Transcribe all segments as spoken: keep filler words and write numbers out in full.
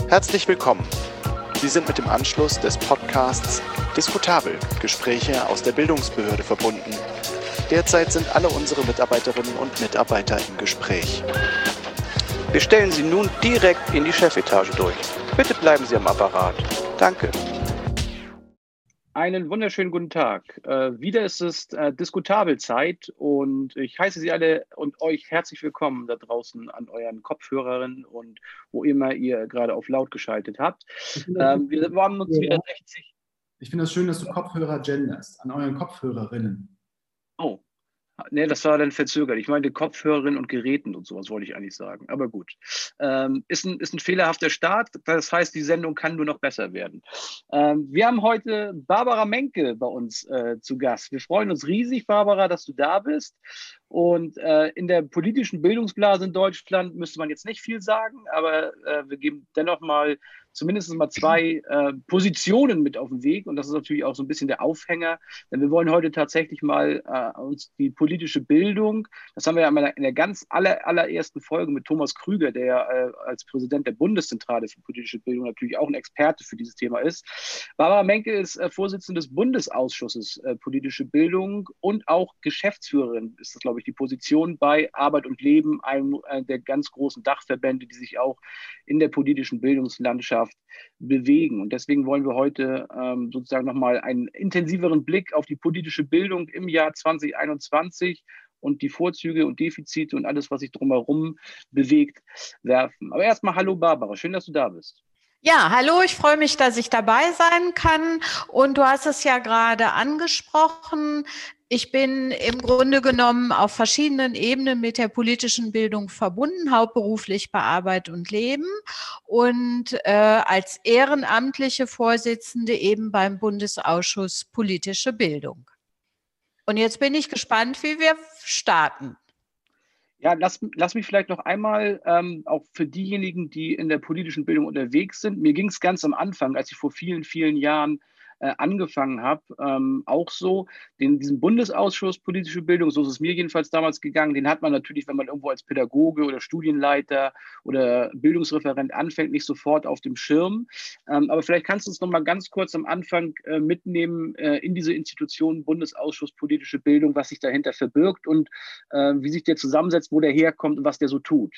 Herzlich willkommen. Sie sind mit dem Anschluss des Podcasts Diskutabel – Gespräche aus der Bildungsbehörde verbunden. Derzeit sind alle unsere Mitarbeiterinnen und Mitarbeiter im Gespräch. Wir stellen Sie nun direkt in die Chefetage durch. Bitte bleiben Sie am Apparat. Danke. Einen wunderschönen guten Tag. Äh, wieder ist es äh, Diskutabelzeit und ich heiße Sie alle und euch herzlich willkommen da draußen an euren Kopfhörerinnen und wo immer ihr gerade auf laut geschaltet habt. Ähm, wir haben uns wieder sechzig. Ich finde das schön, dass du Kopfhörer genderst, an euren Kopfhörerinnen. Oh. Nee, das war dann verzögert. Ich meinte Kopfhörerinnen und Geräten und sowas wollte ich eigentlich sagen. Aber gut. Ähm, ist, ein, ist ein fehlerhafter Start. Das heißt, die Sendung kann nur noch besser werden. Ähm, wir haben heute Barbara Menke bei uns äh, zu Gast. Wir freuen uns riesig, Barbara, dass du da bist. Und äh, in der politischen Bildungsblase in Deutschland müsste man jetzt nicht viel sagen, aber äh, wir geben dennoch mal zumindest mal zwei äh, Positionen mit auf den Weg. Und das ist natürlich auch so ein bisschen der Aufhänger, denn wir wollen heute tatsächlich mal äh, uns die politische Bildung, das haben wir ja in der ganz aller, allerersten Folge mit Thomas Krüger, der ja äh, als Präsident der Bundeszentrale für politische Bildung natürlich auch ein Experte für dieses Thema ist. Barbara Menke ist äh, Vorsitzende des Bundesausschusses äh, politische Bildung und auch Geschäftsführerin, ist das, glaube ich, die Position bei Arbeit und Leben, einem äh, der ganz großen Dachverbände, die sich auch in der politischen Bildungslandschaft bewegen. Und deswegen wollen wir heute ähm, sozusagen nochmal einen intensiveren Blick auf die politische Bildung im Jahr zwanzig einundzwanzig und die Vorzüge und Defizite und alles, was sich drumherum bewegt, werfen. Aber erstmal hallo Barbara, schön, dass du da bist. Ja, hallo, ich freue mich, dass ich dabei sein kann. Und du hast es ja gerade angesprochen. Ich bin im Grunde genommen auf verschiedenen Ebenen mit der politischen Bildung verbunden, hauptberuflich bei Arbeit und Leben und äh, als ehrenamtliche Vorsitzende eben beim Bundesausschuss politische Bildung. Und jetzt bin ich gespannt, wie wir starten. Ja, lass, lass mich vielleicht noch einmal, ähm, auch für diejenigen, die in der politischen Bildung unterwegs sind. Mir ging es ganz am Anfang, als ich vor vielen, vielen Jahren äh, angefangen habe, ähm, auch so, den, diesen Bundesausschuss politische Bildung, so ist es mir jedenfalls damals gegangen, den hat man natürlich, wenn man irgendwo als Pädagoge oder Studienleiter oder Bildungsreferent anfängt, nicht sofort auf dem Schirm. Ähm, aber vielleicht kannst du uns noch mal ganz kurz am Anfang äh, mitnehmen äh, in diese Institution Bundesausschuss politische Bildung, was sich dahinter verbirgt und äh, wie sich der zusammensetzt, wo der herkommt und was der so tut.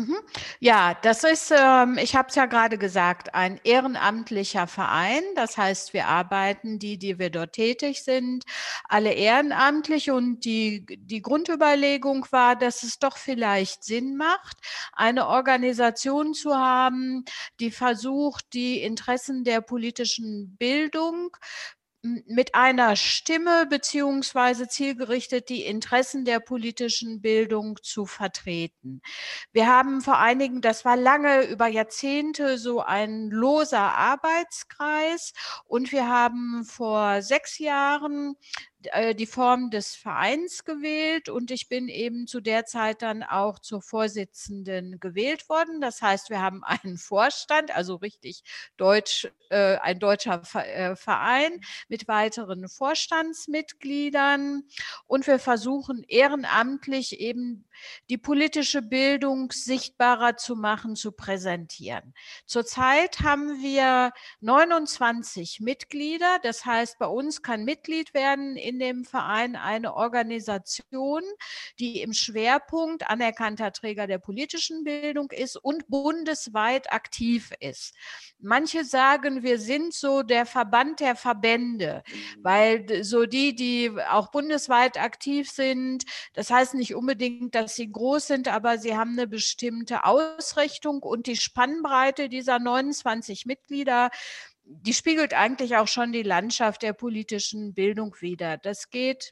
Ja, das ist, ähm, ich habe es ja gerade gesagt, ein ehrenamtlicher Verein. Das heißt, wir arbeiten, die, die wir dort tätig sind, alle ehrenamtlich. Und die, die Grundüberlegung war, dass es doch vielleicht Sinn macht, eine Organisation zu haben, die versucht, die Interessen der politischen Bildung mit einer Stimme beziehungsweise zielgerichtet die Interessen der politischen Bildung zu vertreten. Wir haben vor einigen, das war lange über Jahrzehnte so ein loser Arbeitskreis und wir haben vor sechs Jahren die Form des Vereins gewählt und ich bin eben zu der Zeit dann auch zur Vorsitzenden gewählt worden. Das heißt, wir haben einen Vorstand, also richtig deutsch, äh, ein deutscher Verein mit weiteren Vorstandsmitgliedern und wir versuchen ehrenamtlich eben die politische Bildung sichtbarer zu machen, zu präsentieren. Zurzeit haben wir neunundzwanzig Mitglieder, das heißt, bei uns kann Mitglied werden in dem Verein eine Organisation, die im Schwerpunkt anerkannter Träger der politischen Bildung ist und bundesweit aktiv ist. Manche sagen, wir sind so der Verband der Verbände, weil so die, die auch bundesweit aktiv sind, das heißt nicht unbedingt, dass sie groß sind, aber sie haben eine bestimmte Ausrichtung und die Spannbreite dieser neunundzwanzig Mitglieder, die spiegelt eigentlich auch schon die Landschaft der politischen Bildung wider. Das geht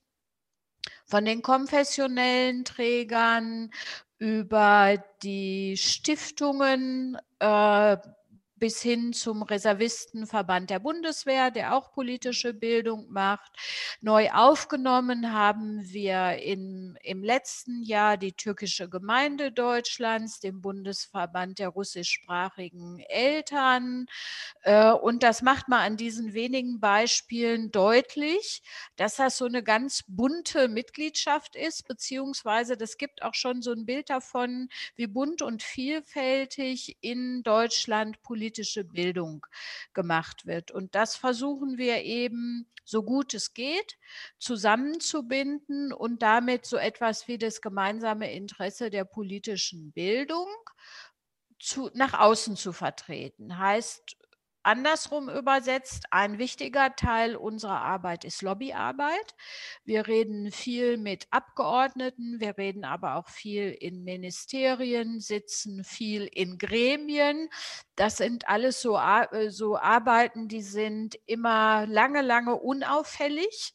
von den konfessionellen Trägern über die Stiftungen äh, bis hin zum Reservistenverband der Bundeswehr, der auch politische Bildung macht. Neu aufgenommen haben wir in, im letzten Jahr die türkische Gemeinde Deutschlands, den Bundesverband der russischsprachigen Eltern. Und das macht man an diesen wenigen Beispielen deutlich, dass das so eine ganz bunte Mitgliedschaft ist, beziehungsweise das gibt auch schon so ein Bild davon, wie bunt und vielfältig in Deutschland politisch politische Bildung gemacht wird. Und das versuchen wir eben, so gut es geht, zusammenzubinden und damit so etwas wie das gemeinsame Interesse der politischen Bildung zu, nach außen zu vertreten. Heißt, andersrum übersetzt, ein wichtiger Teil unserer Arbeit ist Lobbyarbeit. Wir reden viel mit Abgeordneten, wir reden aber auch viel in Ministerien, sitzen viel in Gremien. Das sind alles so, so Arbeiten, die sind immer lange, lange unauffällig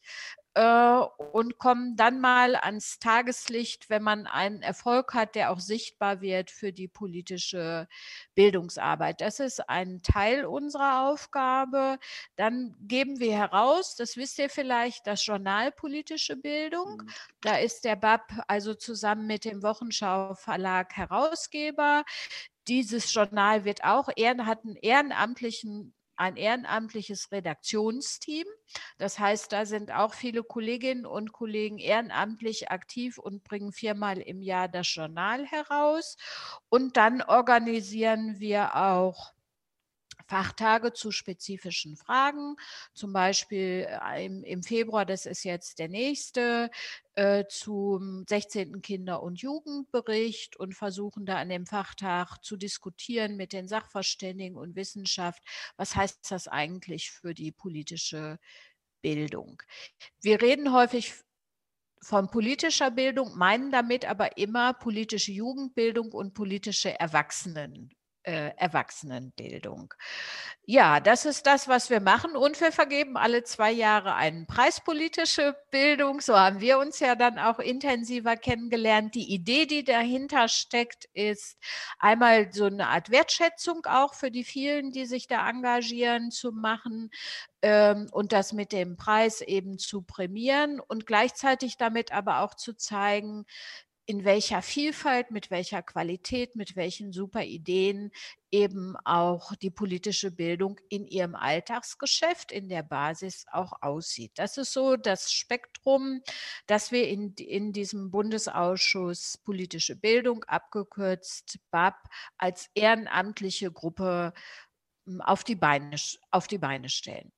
und kommen dann mal ans Tageslicht, wenn man einen Erfolg hat, der auch sichtbar wird für die politische Bildungsarbeit. Das ist ein Teil unserer Aufgabe. Dann geben wir heraus, das wisst ihr vielleicht, das Journal Politische Bildung. Da ist der B A P also zusammen mit dem Wochenschau Verlag Herausgeber. Dieses Journal wird auch, hat einen ehrenamtlichen ein ehrenamtliches Redaktionsteam. Das heißt, da sind auch viele Kolleginnen und Kollegen ehrenamtlich aktiv und bringen viermal im Jahr das Journal heraus. Und dann organisieren wir auch Fachtage zu spezifischen Fragen, zum Beispiel im, im Februar, das ist jetzt der nächste, äh, zum sechzehnten Kinder- und Jugendbericht und versuchen da an dem Fachtag zu diskutieren mit den Sachverständigen und Wissenschaft, was heißt das eigentlich für die politische Bildung. Wir reden häufig von politischer Bildung, meinen damit aber immer politische Jugendbildung und politische Erwachsenen. Äh, Erwachsenenbildung. Ja, das ist das, was wir machen und wir vergeben alle zwei Jahre einen Preis politische Bildung. So haben wir uns ja dann auch intensiver kennengelernt. Die Idee, die dahinter steckt, ist einmal so eine Art Wertschätzung auch für die vielen, die sich da engagieren, zu machen ähm, und das mit dem Preis eben zu prämieren und gleichzeitig damit aber auch zu zeigen, in welcher Vielfalt, mit welcher Qualität, mit welchen super Ideen eben auch die politische Bildung in ihrem Alltagsgeschäft, in der Basis auch aussieht. Das ist so das Spektrum, das wir in, in diesem Bundesausschuss Politische Bildung, abgekürzt B A P, als ehrenamtliche Gruppe auf die Beine, auf die Beine stellen.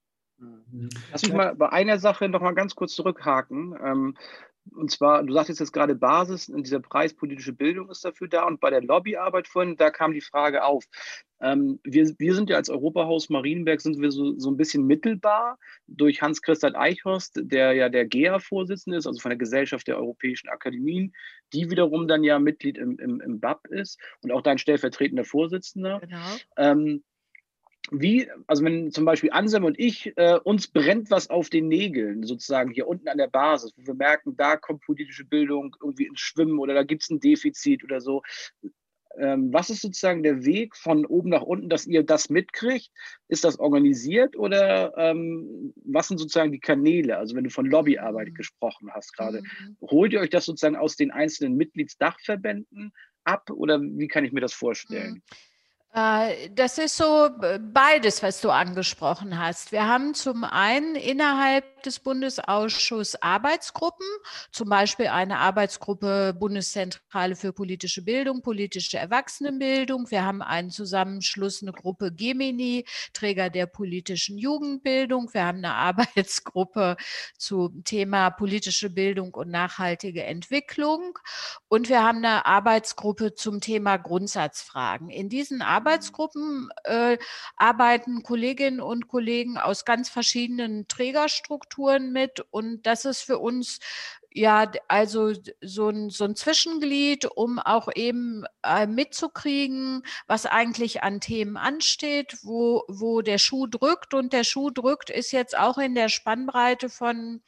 Lass mich mal bei einer Sache noch mal ganz kurz zurückhaken. Ähm, Und zwar, du sagtest jetzt gerade Basis, und dieser Preis politische Bildung ist dafür da. Und bei der Lobbyarbeit vorhin, da kam die Frage auf. Ähm, wir, wir sind ja als Europahaus Marienberg, sind wir so, so ein bisschen mittelbar durch Hans-Christian Eichhorst, der ja der G E A-Vorsitzende ist, also von der Gesellschaft der Europäischen Akademien, die wiederum dann ja Mitglied im, im, im B A P ist und auch dein stellvertretender Vorsitzender. Genau. Ähm, Wie, also wenn zum Beispiel Anselm und ich, äh, uns brennt was auf den Nägeln, sozusagen hier unten an der Basis, wo wir merken, da kommt politische Bildung irgendwie ins Schwimmen oder da gibt es ein Defizit oder so. Ähm, was ist sozusagen der Weg von oben nach unten, dass ihr das mitkriegt? Ist das organisiert oder ähm, was sind sozusagen die Kanäle? Also wenn du von Lobbyarbeit gesprochen hast gerade, Mhm. holt ihr euch das sozusagen aus den einzelnen Mitgliedsdachverbänden ab oder wie kann ich mir das vorstellen? Mhm. Das ist so beides, was du angesprochen hast. Wir haben zum einen innerhalb des Bundesausschusses Arbeitsgruppen, zum Beispiel eine Arbeitsgruppe Bundeszentrale für politische Bildung, politische Erwachsenenbildung. Wir haben einen Zusammenschluss, eine Gruppe Gemini, Träger der politischen Jugendbildung. Wir haben eine Arbeitsgruppe zum Thema politische Bildung und nachhaltige Entwicklung. Und wir haben eine Arbeitsgruppe zum Thema Grundsatzfragen. In diesen Arbeitsgruppen äh, arbeiten Kolleginnen und Kollegen aus ganz verschiedenen Trägerstrukturen mit und das ist für uns ja also so ein, so ein Zwischenglied, um auch eben äh, mitzukriegen, was eigentlich an Themen ansteht, wo, wo der Schuh drückt und der Schuh drückt ist jetzt auch in der Spannbreite von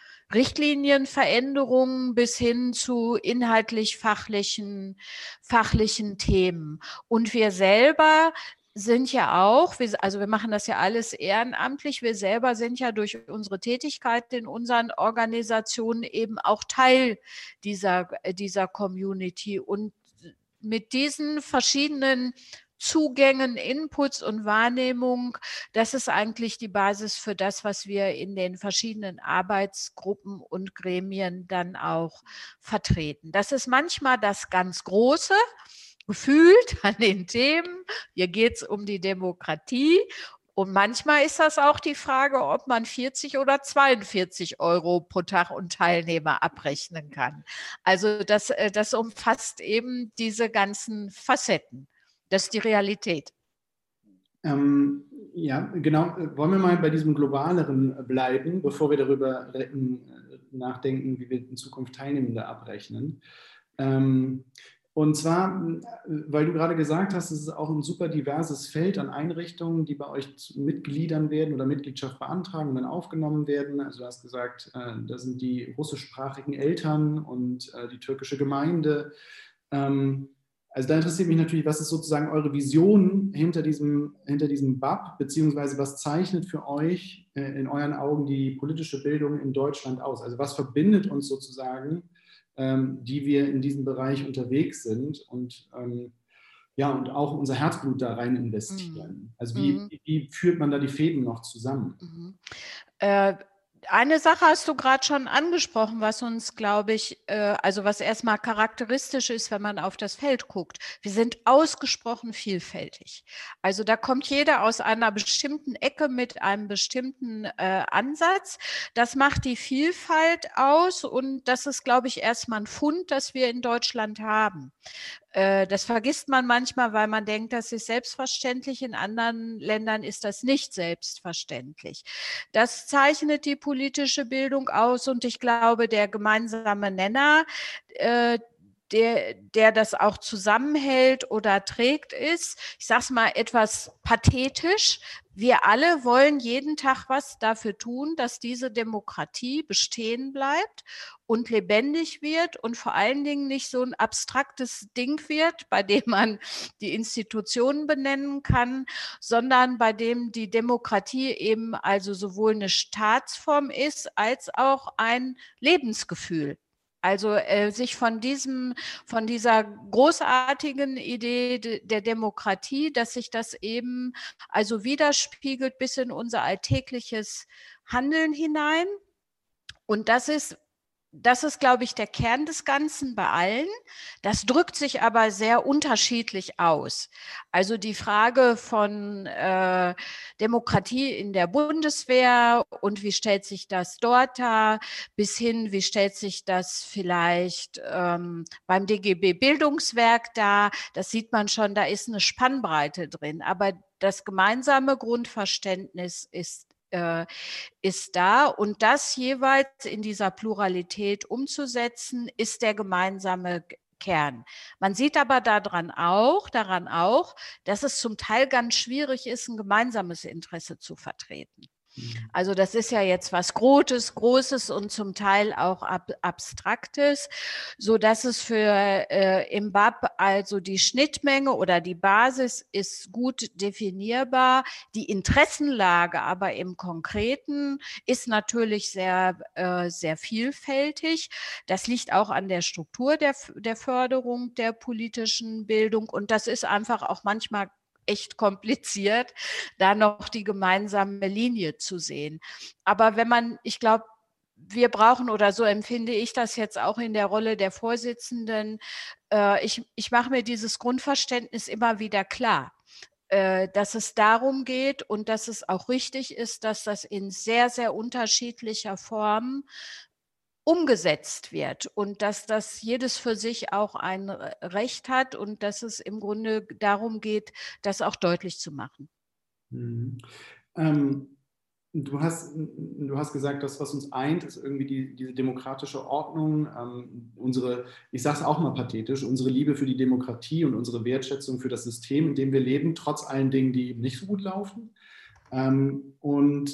Richtlinienveränderungen bis hin zu inhaltlich fachlichen, fachlichen Themen. Und wir selber sind ja auch, also wir machen das ja alles ehrenamtlich, wir selber sind ja durch unsere Tätigkeit in unseren Organisationen eben auch Teil dieser, dieser Community. Und mit diesen verschiedenen Zugängen, Inputs und Wahrnehmung, das ist eigentlich die Basis für das, was wir in den verschiedenen Arbeitsgruppen und Gremien dann auch vertreten. Das ist manchmal das ganz Große, gefühlt an den Themen. Hier geht es um die Demokratie. Und manchmal ist das auch die Frage, ob man vierzig oder zweiundvierzig Euro pro Tag und Teilnehmer abrechnen kann. Also das, das umfasst eben diese ganzen Facetten. Das ist die Realität. Ähm, ja, genau. Wollen wir mal bei diesem Globaleren bleiben, bevor wir darüber nachdenken, wie wir in Zukunft Teilnehmende abrechnen. Ähm, Und zwar, weil du gerade gesagt hast, es ist auch ein super diverses Feld an Einrichtungen, die bei euch zu Mitgliedern werden oder Mitgliedschaft beantragen und dann aufgenommen werden. Also du hast gesagt, da sind die russischsprachigen Eltern und die türkische Gemeinde. Also da interessiert mich natürlich, was ist sozusagen eure Vision hinter diesem, hinter diesem B A P, beziehungsweise was zeichnet für euch in euren Augen die politische Bildung in Deutschland aus? Also was verbindet uns sozusagen, die wir in diesem Bereich unterwegs sind und, ähm, ja, und auch unser Herzblut da rein investieren. Mhm. Also wie, mhm. wie führt man da die Fäden noch zusammen? Mhm. Äh, eine Sache hast du gerade schon angesprochen, was uns, glaube ich, äh, also was erstmal charakteristisch ist, wenn man auf das Feld guckt. Wir sind ausgesprochen vielfältig. Also da kommt jeder aus einer bestimmten Ecke mit einem bestimmten äh, Ansatz. Das macht die Vielfalt aus und das ist, glaube ich, erstmal ein Fund, das wir in Deutschland haben. Das vergisst man manchmal, weil man denkt, das ist selbstverständlich. In anderen Ländern ist das nicht selbstverständlich. Das zeichnet die politische Bildung aus und ich glaube, der gemeinsame Nenner, äh, Der, der das auch zusammenhält oder trägt, ist, ich sage es mal etwas pathetisch, wir alle wollen jeden Tag was dafür tun, dass diese Demokratie bestehen bleibt und lebendig wird und vor allen Dingen nicht so ein abstraktes Ding wird, bei dem man die Institutionen benennen kann, sondern bei dem die Demokratie eben also sowohl eine Staatsform ist als auch ein Lebensgefühl. Also äh, sich von diesem, von dieser großartigen Idee de, der Demokratie, dass sich das eben also widerspiegelt bis in unser alltägliches Handeln hinein. Und das ist Das ist, glaube ich, der Kern des Ganzen bei allen. Das drückt sich aber sehr unterschiedlich aus. Also die Frage von äh, Demokratie in der Bundeswehr und wie stellt sich das dort dar, bis hin, wie stellt sich das vielleicht ähm, beim D G B-Bildungswerk dar, das sieht man schon, da ist eine Spannbreite drin. Aber das gemeinsame Grundverständnis ist ist da und das jeweils in dieser Pluralität umzusetzen, ist der gemeinsame Kern. Man sieht aber daran auch, daran auch, dass es zum Teil ganz schwierig ist, ein gemeinsames Interesse zu vertreten. Also das ist ja jetzt was Großes, Großes und zum Teil auch ab, Abstraktes, so dass es für äh, im B A P also die Schnittmenge oder die Basis ist gut definierbar. Die Interessenlage aber im Konkreten ist natürlich sehr, äh, sehr vielfältig. Das liegt auch an der Struktur der, der Förderung der politischen Bildung und das ist einfach auch manchmal echt kompliziert, da noch die gemeinsame Linie zu sehen. Aber wenn man, ich glaube, wir brauchen, oder so empfinde ich das jetzt auch in der Rolle der Vorsitzenden, äh, ich, ich mache mir dieses Grundverständnis immer wieder klar, äh, dass es darum geht und dass es auch richtig ist, dass das in sehr, sehr unterschiedlicher Form umgesetzt wird und dass das jedes für sich auch ein Recht hat und dass es im Grunde darum geht, das auch deutlich zu machen. Mhm. Ähm, du hast, du hast gesagt, das, was uns eint, ist irgendwie die, diese demokratische Ordnung, ähm, unsere, ich sage es auch mal pathetisch, unsere Liebe für die Demokratie und unsere Wertschätzung für das System, in dem wir leben, trotz allen Dingen, die eben nicht so gut laufen. Ähm, und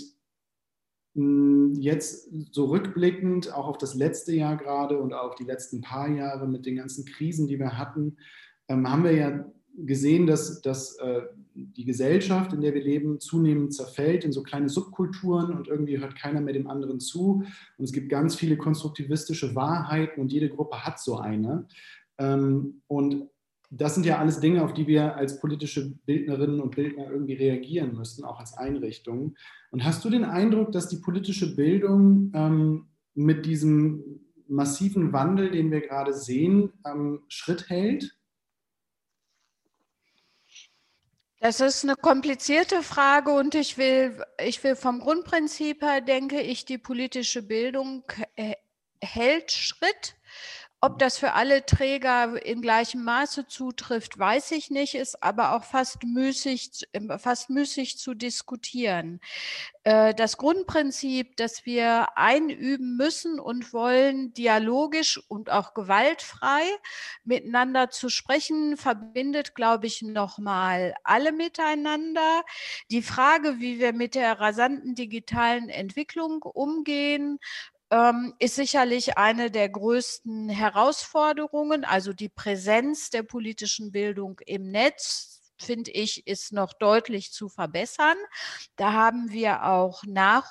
jetzt so rückblickend auch auf das letzte Jahr gerade und auf die letzten paar Jahre mit den ganzen Krisen, die wir hatten, ähm, haben wir ja gesehen, dass, dass äh, die Gesellschaft, in der wir leben, zunehmend zerfällt in so kleine Subkulturen und irgendwie hört keiner mehr dem anderen zu. Und es gibt ganz viele konstruktivistische Wahrheiten und jede Gruppe hat so eine. Ähm, und das sind ja alles Dinge, auf die wir als politische Bildnerinnen und Bildner irgendwie reagieren müssen, auch als Einrichtungen. Und hast du den Eindruck, dass die politische Bildung ähm, mit diesem massiven Wandel, den wir gerade sehen, ähm, Schritt hält? Das ist eine komplizierte Frage und ich will, ich will vom Grundprinzip her, denke ich, die politische Bildung äh, hält Schritt. Ob das für alle Träger in gleichem Maße zutrifft, weiß ich nicht, ist aber auch fast müßig, fast müßig zu diskutieren. Das Grundprinzip, das wir einüben müssen und wollen, dialogisch und auch gewaltfrei miteinander zu sprechen, verbindet, glaube ich, nochmal alle miteinander. Die Frage, wie wir mit der rasanten digitalen Entwicklung umgehen, ist sicherlich eine der größten Herausforderungen. Also die Präsenz der politischen Bildung im Netz, finde ich, ist noch deutlich zu verbessern. Da haben wir auch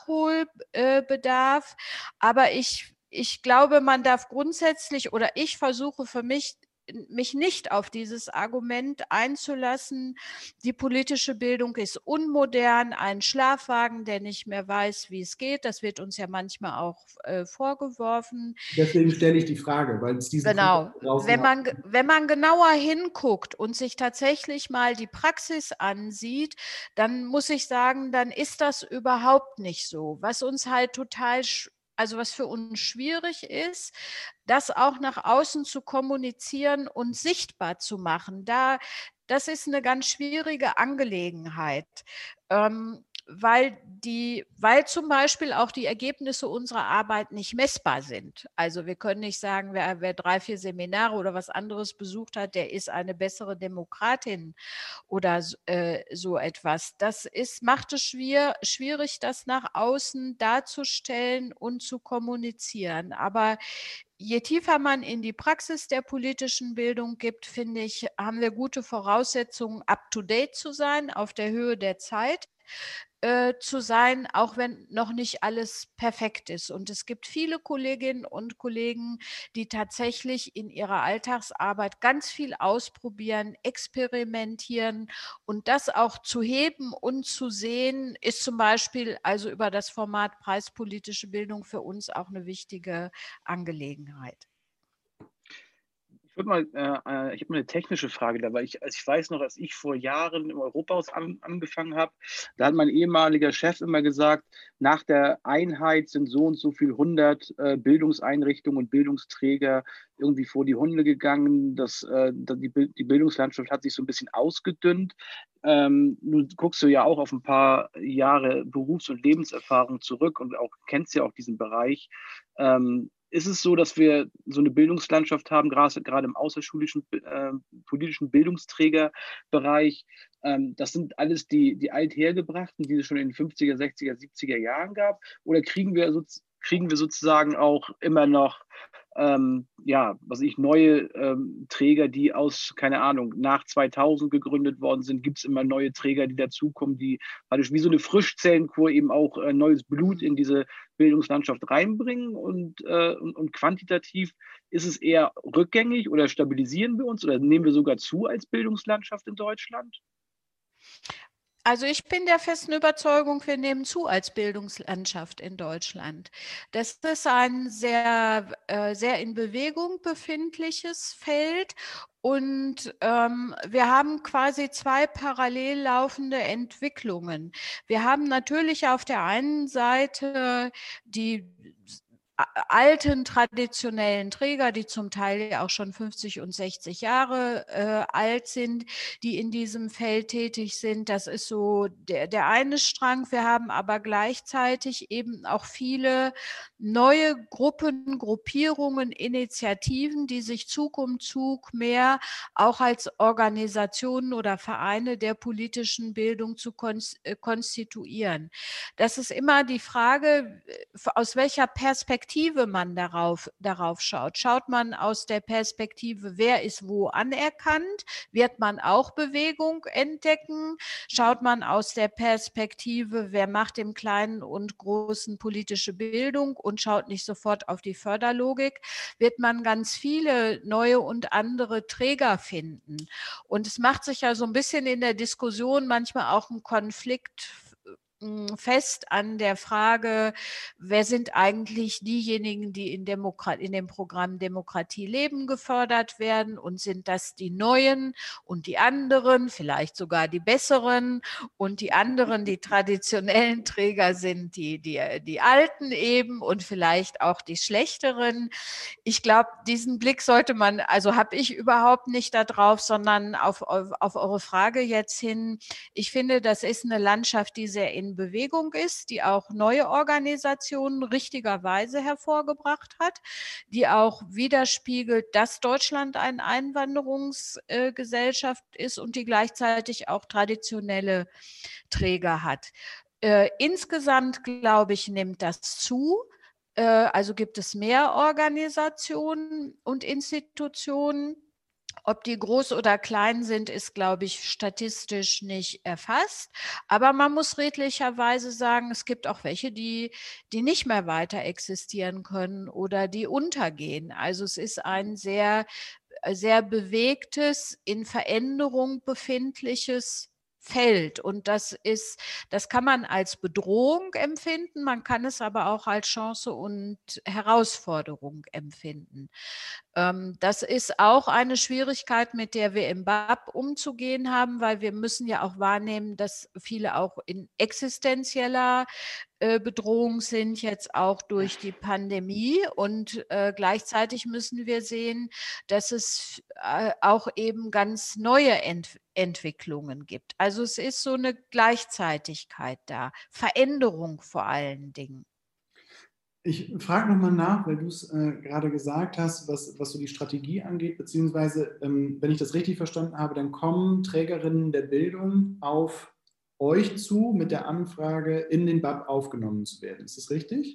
Nachholbedarf. Aber ich, ich glaube, man darf grundsätzlich, oder ich versuche für mich, mich nicht auf dieses Argument einzulassen, die politische Bildung ist unmodern, ein Schlafwagen, der nicht mehr weiß, wie es geht. Das wird uns ja manchmal auch äh, vorgeworfen. Deswegen stelle ich die Frage, weil es diesen Genau. Wenn man, wenn man genauer hinguckt und sich tatsächlich mal die Praxis ansieht, dann muss ich sagen, dann ist das überhaupt nicht so. Was uns halt total Also was für uns schwierig ist, das auch nach außen zu kommunizieren und sichtbar zu machen. Da, das ist eine ganz schwierige Angelegenheit, ähm, weil, die, weil zum Beispiel auch die Ergebnisse unserer Arbeit nicht messbar sind. Also wir können nicht sagen, wer, wer drei, vier Seminare oder was anderes besucht hat, der ist eine bessere Demokratin oder äh, so etwas. Das ist, macht es schwer, schwierig, das nach außen darzustellen und zu kommunizieren. Aber je tiefer man in die Praxis der politischen Bildung gibt, finde ich, haben wir gute Voraussetzungen, up-to-date zu sein, auf der Höhe der Zeit äh, zu sein, auch wenn noch nicht alles perfekt ist. Und es gibt viele Kolleginnen und Kollegen, die tatsächlich in ihrer Alltagsarbeit ganz viel ausprobieren, experimentieren und das auch zu heben und zu sehen, ist zum Beispiel also über das Format Preispolitische Bildung für uns auch eine wichtige Angelegenheit. Ich würde mal, äh, ich habe mal eine technische Frage dabei. Ich, also ich weiß noch, als ich vor Jahren im Europahaus an, angefangen habe, da hat mein ehemaliger Chef immer gesagt, nach der Einheit sind so und so viel hundert äh, Bildungseinrichtungen und Bildungsträger irgendwie vor die Hunde gegangen. Das, äh, die, die Bildungslandschaft hat sich so ein bisschen ausgedünnt. Ähm, nun guckst du ja auch auf ein paar Jahre Berufs- und Lebenserfahrung zurück und auch kennst ja auch diesen Bereich. Ähm, Ist es so, dass wir so eine Bildungslandschaft haben, gerade, gerade im außerschulischen äh, politischen Bildungsträgerbereich? Ähm, das sind alles die, die Althergebrachten, die es schon in den fünfziger, sechziger, siebziger Jahren gab? Oder kriegen wir, so, kriegen wir sozusagen auch immer noch ähm, ja, was ich, neue ähm, Träger, die aus, keine Ahnung, nach zweitausend gegründet worden sind? Gibt es immer neue Träger, die dazukommen, die praktisch wie so eine Frischzellenkur eben auch äh, neues Blut in diese Bildungslandschaft reinbringen? Und, äh, und, und quantitativ ist es eher rückgängig oder stabilisieren wir uns oder nehmen wir sogar zu als Bildungslandschaft in Deutschland? Also ich bin der festen Überzeugung, wir nehmen zu als Bildungslandschaft in Deutschland. Das ist ein sehr, äh, sehr in Bewegung befindliches Feld. Und ähm, wir haben quasi zwei parallel laufende Entwicklungen. Wir haben natürlich auf der einen Seite die alten traditionellen Träger, die zum Teil auch schon fünfzig und sechzig Jahre äh, alt sind, die in diesem Feld tätig sind. Das ist so der, der eine Strang. Wir haben aber gleichzeitig eben auch viele neue Gruppen, Gruppierungen, Initiativen, die sich Zug um Zug mehr auch als Organisationen oder Vereine der politischen Bildung zu konstituieren. Das ist immer die Frage, aus welcher Perspektive man darauf, darauf schaut. Schaut man aus der Perspektive, wer ist wo anerkannt, wird man auch Bewegung entdecken. Schaut man aus der Perspektive, wer macht im Kleinen und Großen politische Bildung und schaut nicht sofort auf die Förderlogik, wird man ganz viele neue und andere Träger finden. Und es macht sich ja so ein bisschen in der Diskussion manchmal auch ein Konflikt fest an der Frage, wer sind eigentlich diejenigen, die in, Demokrat, in dem Programm Demokratie leben gefördert werden, und sind das die Neuen und die anderen, vielleicht sogar die Besseren, und die anderen, die traditionellen Träger sind die, die, die Alten eben und vielleicht auch die Schlechteren. Ich glaube, diesen Blick sollte man, also habe ich überhaupt nicht da drauf, sondern auf, auf, auf eure Frage jetzt hin. Ich finde, das ist eine Landschaft, die sehr in Bewegung ist, die auch neue Organisationen richtigerweise hervorgebracht hat, die auch widerspiegelt, dass Deutschland eine Einwanderungsgesellschaft ist und die gleichzeitig auch traditionelle Träger hat. Äh, insgesamt, glaube ich, nimmt das zu. Äh, also gibt es mehr Organisationen und Institutionen. Ob die groß oder klein sind, ist, glaube ich, statistisch nicht erfasst. Aber man muss redlicherweise sagen, es gibt auch welche, die, die nicht mehr weiter existieren können oder die untergehen. Also es ist ein sehr, sehr bewegtes, in Veränderung befindliches Feld. Und das ist, das kann man als Bedrohung empfinden, man kann es aber auch als Chance und Herausforderung empfinden. Das ist auch eine Schwierigkeit, mit der wir im B A P umzugehen haben, weil wir müssen ja auch wahrnehmen, dass viele auch in existenzieller Bedrohung sind, jetzt auch durch die Pandemie. Und äh, gleichzeitig müssen wir sehen, dass es äh, auch eben ganz neue Ent Entwicklungen gibt. Also es ist so eine Gleichzeitigkeit da, Veränderung vor allen Dingen. Ich frage nochmal nach, weil du es äh, gerade gesagt hast, was, was so die Strategie angeht, beziehungsweise, ähm, wenn ich das richtig verstanden habe, dann kommen Trägerinnen der Bildung auf euch zu mit der Anfrage, in den B A P aufgenommen zu werden. Ist das richtig?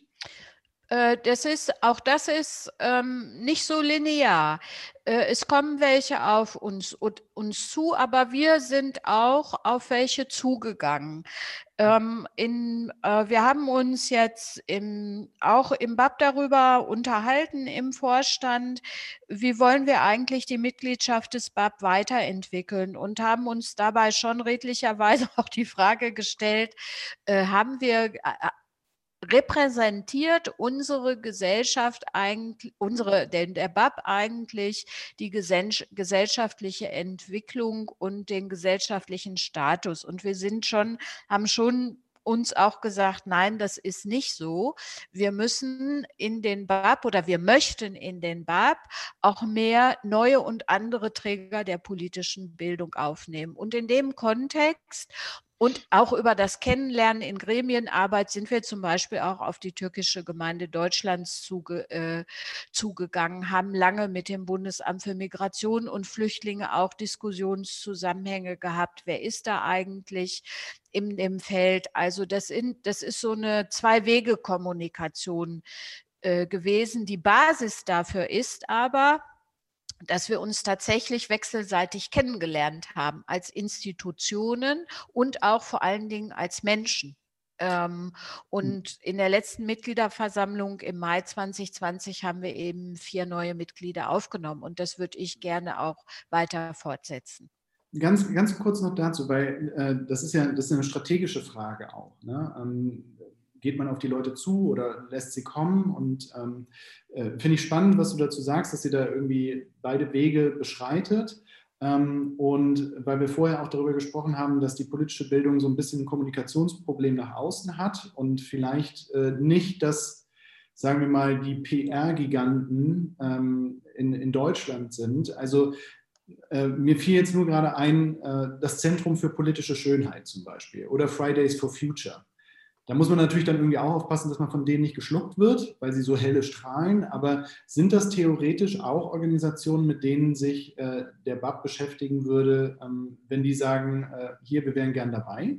Das ist, auch das ist ähm, nicht so linear. Äh, es kommen welche auf uns, uns zu, aber wir sind auch auf welche zugegangen. Ähm, in, äh, wir haben uns jetzt im, auch im B A P darüber unterhalten im Vorstand, wie wollen wir eigentlich die Mitgliedschaft des B A P weiterentwickeln, und haben uns dabei schon redlicherweise auch die Frage gestellt, äh, haben wir... Äh, repräsentiert unsere Gesellschaft eigentlich, unsere, der, der B A P eigentlich die gesellschaftliche Entwicklung und den gesellschaftlichen Status? Und wir sind schon, haben schon uns auch gesagt, nein, das ist nicht so. Wir müssen in den B A P oder wir möchten in den B A P auch mehr neue und andere Träger der politischen Bildung aufnehmen. Und in dem Kontext und auch über das Kennenlernen in Gremienarbeit sind wir zum Beispiel auch auf die türkische Gemeinde Deutschlands zuge, äh, zugegangen, haben lange mit dem Bundesamt für Migration und Flüchtlinge auch Diskussionszusammenhänge gehabt. Wer ist da eigentlich in dem Feld? Also das, in, das ist so eine Zwei-Wege-Kommunikation äh, gewesen. Die Basis dafür ist aber, dass wir uns tatsächlich wechselseitig kennengelernt haben als Institutionen und auch vor allen Dingen als Menschen. Ähm, und in der letzten Mitgliederversammlung im Mai zwanzig zwanzig haben wir eben vier neue Mitglieder aufgenommen, und das würde ich gerne auch weiter fortsetzen. Ganz, ganz kurz noch dazu, weil äh, das ist ja, das ist eine strategische Frage auch, ne? Ähm, geht man auf die Leute zu oder lässt sie kommen? Und ähm, äh, finde ich spannend, was du dazu sagst, dass ihr da irgendwie beide Wege beschreitet. Ähm, und weil wir vorher auch darüber gesprochen haben, dass die politische Bildung so ein bisschen ein Kommunikationsproblem nach außen hat und vielleicht äh, nicht das, sagen wir mal, die P R-Giganten ähm, in, in Deutschland sind. Also äh, mir fiel jetzt nur gerade ein, äh, das Zentrum für politische Schönheit zum Beispiel oder Fridays for Future. Da muss man natürlich dann irgendwie auch aufpassen, dass man von denen nicht geschluckt wird, weil sie so helle strahlen. Aber sind das theoretisch auch Organisationen, mit denen sich äh, der B A P beschäftigen würde, ähm, wenn die sagen, äh, hier, wir wären gern dabei?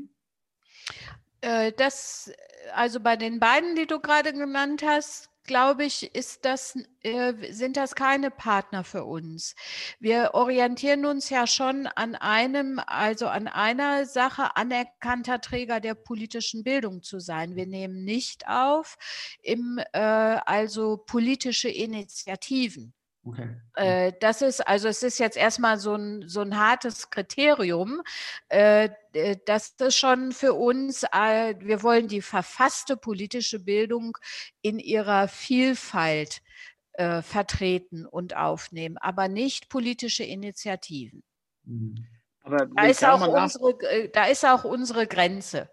Äh, das, also bei den beiden, die du gerade genannt hast, glaube ich, ist das, äh, sind das keine Partner für uns. Wir orientieren uns ja schon an einem, also an einer Sache, anerkannter Träger der politischen Bildung zu sein. Wir nehmen nicht auf, im, äh, also politische Initiativen. Okay. Äh, das ist, also es ist jetzt erstmal so ein, so ein hartes Kriterium. Äh, äh, das ist schon für uns, äh, wir wollen die verfasste politische Bildung in ihrer Vielfalt äh, vertreten und aufnehmen, aber nicht politische Initiativen. Mhm. Aber Da wenn ich ist da auch mal nach, unsere, äh, da ist auch unsere Grenze.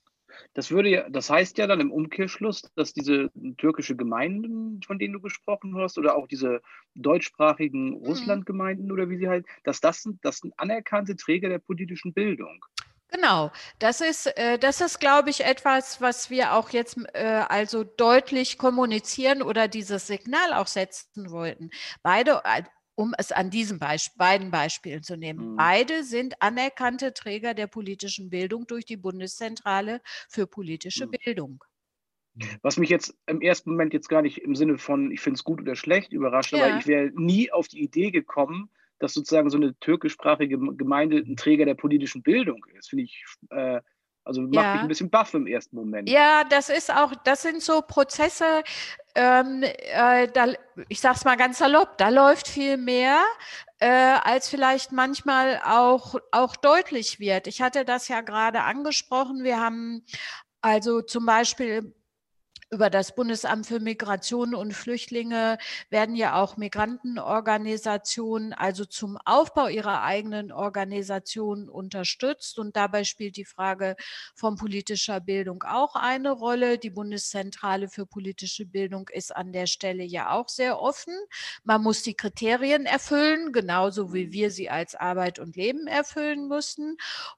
das würde ja, das heißt ja dann im Umkehrschluss, dass diese türkische Gemeinden, von denen du gesprochen hast, oder auch diese deutschsprachigen Mhm. Russlandgemeinden oder wie sie halt, dass das sind, das sind anerkannte Träger der politischen Bildung. Genau, das ist, äh, das ist, glaube ich, etwas, was wir auch jetzt äh, also deutlich kommunizieren oder dieses Signal auch setzen wollten. Beide, äh, um es an diesen Beisp beiden Beispielen zu nehmen, Mhm. beide sind anerkannte Träger der politischen Bildung durch die Bundeszentrale für politische Mhm. Bildung. Was mich jetzt im ersten Moment jetzt gar nicht im Sinne von, ich finde es gut oder schlecht überrascht, aber Ja. ich wäre nie auf die Idee gekommen, dass sozusagen so eine türkischsprachige Gemeinde ein Träger der politischen Bildung ist. Finde ich, äh, also macht mich ein Ja. bisschen baff im ersten Moment. Ja, das ist auch, das sind so Prozesse, ähm, äh, da, ich sage es mal ganz salopp, da läuft viel mehr, äh, als vielleicht manchmal auch, auch deutlich wird. Ich hatte das ja gerade angesprochen. Wir haben also zum Beispiel über das Bundesamt für Migration und Flüchtlinge werden ja auch Migrantenorganisationen, also zum Aufbau ihrer eigenen Organisationen unterstützt. Und dabei spielt die Frage von politischer Bildung auch eine Rolle. Die Bundeszentrale für politische Bildung ist an der Stelle ja auch sehr offen. Man muss die Kriterien erfüllen, genauso wie wir sie als Arbeit und Leben erfüllen müssen.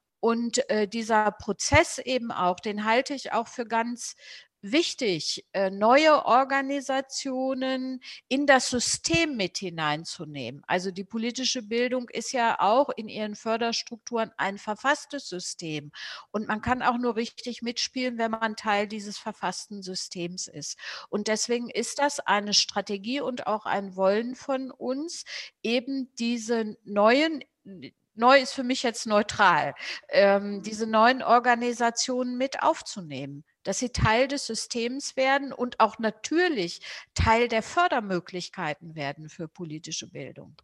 Und äh, dieser Prozess eben auch, den halte ich auch für ganz wichtig, äh, neue Organisationen in das System mit hineinzunehmen. Also die politische Bildung ist ja auch in ihren Förderstrukturen ein verfasstes System. Und man kann auch nur richtig mitspielen, wenn man Teil dieses verfassten Systems ist. Und deswegen ist das eine Strategie und auch ein Wollen von uns, eben diese neuen, neu ist für mich jetzt neutral, ähm, diese neuen Organisationen mit aufzunehmen, dass sie Teil des Systems werden und auch natürlich Teil der Fördermöglichkeiten werden für politische Bildung.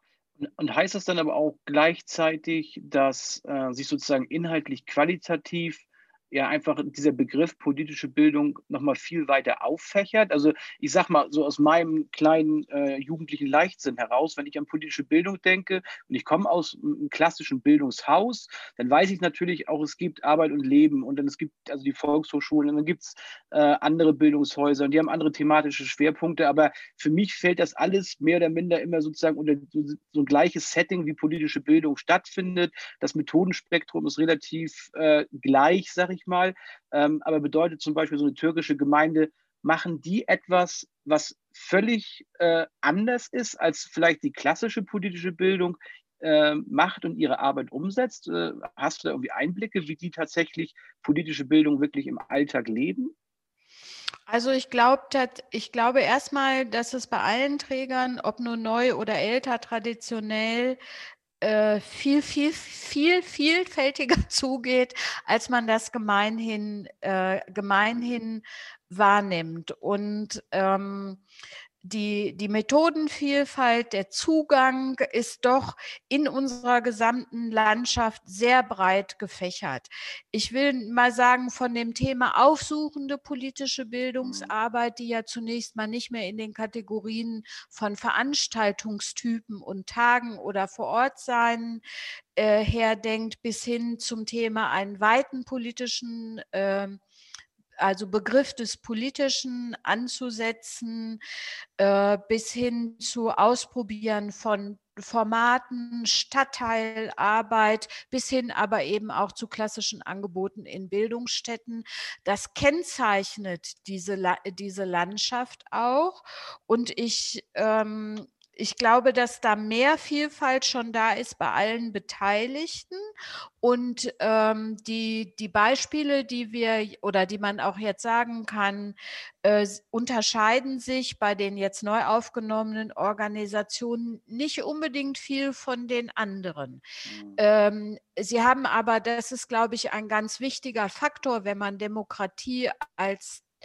Und heißt das dann aber auch gleichzeitig, dass äh, sich sozusagen inhaltlich qualitativ ja einfach dieser Begriff politische Bildung noch mal viel weiter auffächert? Also ich sage mal so aus meinem kleinen äh, jugendlichen Leichtsinn heraus, wenn ich an politische Bildung denke und ich komme aus einem klassischen Bildungshaus, dann weiß ich natürlich auch, es gibt Arbeit und Leben und dann es gibt also die Volkshochschulen und dann gibt es äh, andere Bildungshäuser und die haben andere thematische Schwerpunkte, aber für mich fällt das alles mehr oder minder immer sozusagen unter so, so ein gleiches Setting, wie politische Bildung stattfindet. Das Methodenspektrum ist relativ äh, gleich, sage ich mal, ähm, aber bedeutet zum Beispiel so eine türkische Gemeinde, machen die etwas, was völlig äh, anders ist, als vielleicht die klassische politische Bildung äh, macht und ihre Arbeit umsetzt? Äh, hast du da irgendwie Einblicke, wie die tatsächlich politische Bildung wirklich im Alltag leben? Also ich glaube, ich glaube erstmal, dass es bei allen Trägern, ob nur neu oder älter, traditionell äh, viel, viel, viel, vielfältiger zugeht, als man das gemeinhin, äh, gemeinhin wahrnimmt. Und ähm, die, die Methodenvielfalt, der Zugang ist doch in unserer gesamten Landschaft sehr breit gefächert. Ich will mal sagen, von dem Thema aufsuchende politische Bildungsarbeit, die ja zunächst mal nicht mehr in den Kategorien von Veranstaltungstypen und Tagen oder vor Ort sein äh, herdenkt, bis hin zum Thema einen weiten politischen äh, also Begriff des Politischen anzusetzen, äh, bis hin zu Ausprobieren von Formaten, Stadtteilarbeit, bis hin aber eben auch zu klassischen Angeboten in Bildungsstätten. Das kennzeichnet diese, diese Landschaft auch. Und ich ähm, Ich glaube, dass da mehr Vielfalt schon da ist bei allen Beteiligten. Und ähm, die, die Beispiele, die wir oder die man auch jetzt sagen kann, äh, unterscheiden sich bei den jetzt neu aufgenommenen Organisationen nicht unbedingt viel von den anderen. Mhm. Ähm, sie haben aber, das ist, glaube ich, ein ganz wichtiger Faktor, wenn man Demokratie als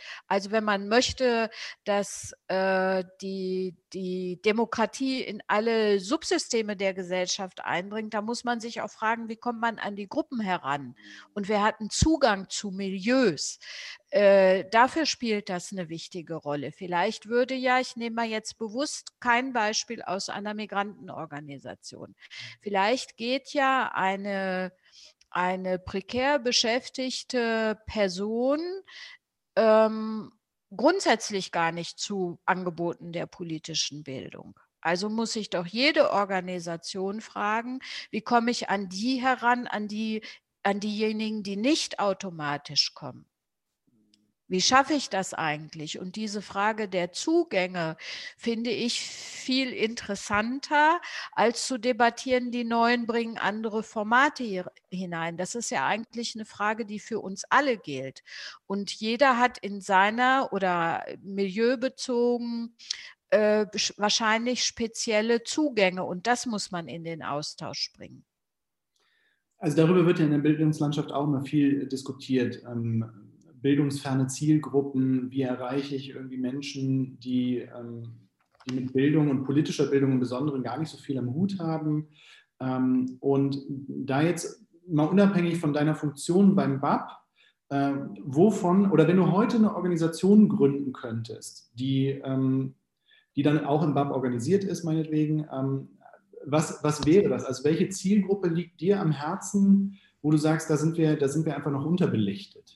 Also wenn man möchte, dass äh, die, die Demokratie in alle Subsysteme der Gesellschaft eindringt, da muss man sich auch fragen, wie kommt man an die Gruppen heran und wer hat einen Zugang zu Milieus. Äh, dafür spielt das eine wichtige Rolle. Vielleicht würde ja, ich nehme mal jetzt bewusst kein Beispiel aus einer Migrantenorganisation. Vielleicht geht ja eine, eine prekär beschäftigte Person ähm, grundsätzlich gar nicht zu Angeboten der politischen Bildung. Also muss sich doch jede Organisation fragen, wie komme ich an die heran, an die, an diejenigen, die nicht automatisch kommen. Wie schaffe ich das eigentlich? Und diese Frage der Zugänge finde ich viel interessanter, als zu debattieren, die Neuen bringen andere Formate hier hinein. Das ist ja eigentlich eine Frage, die für uns alle gilt. Und jeder hat in seiner oder milieubezogen äh, wahrscheinlich spezielle Zugänge. Und das muss man in den Austausch bringen. Also darüber wird ja in der Bildungslandschaft auch immer viel diskutiert. Ähm, bildungsferne Zielgruppen, wie erreiche ich irgendwie Menschen, die, ähm, die mit Bildung und politischer Bildung im Besonderen gar nicht so viel am Hut haben. Ähm, und da jetzt mal unabhängig von deiner Funktion beim B A P, äh, wovon, oder wenn du heute eine Organisation gründen könntest, die, ähm, die dann auch im B A P organisiert ist, meinetwegen, ähm, was, was wäre das? Also welche Zielgruppe liegt dir am Herzen, wo du sagst, da sind wir, da sind wir einfach noch unterbelichtet?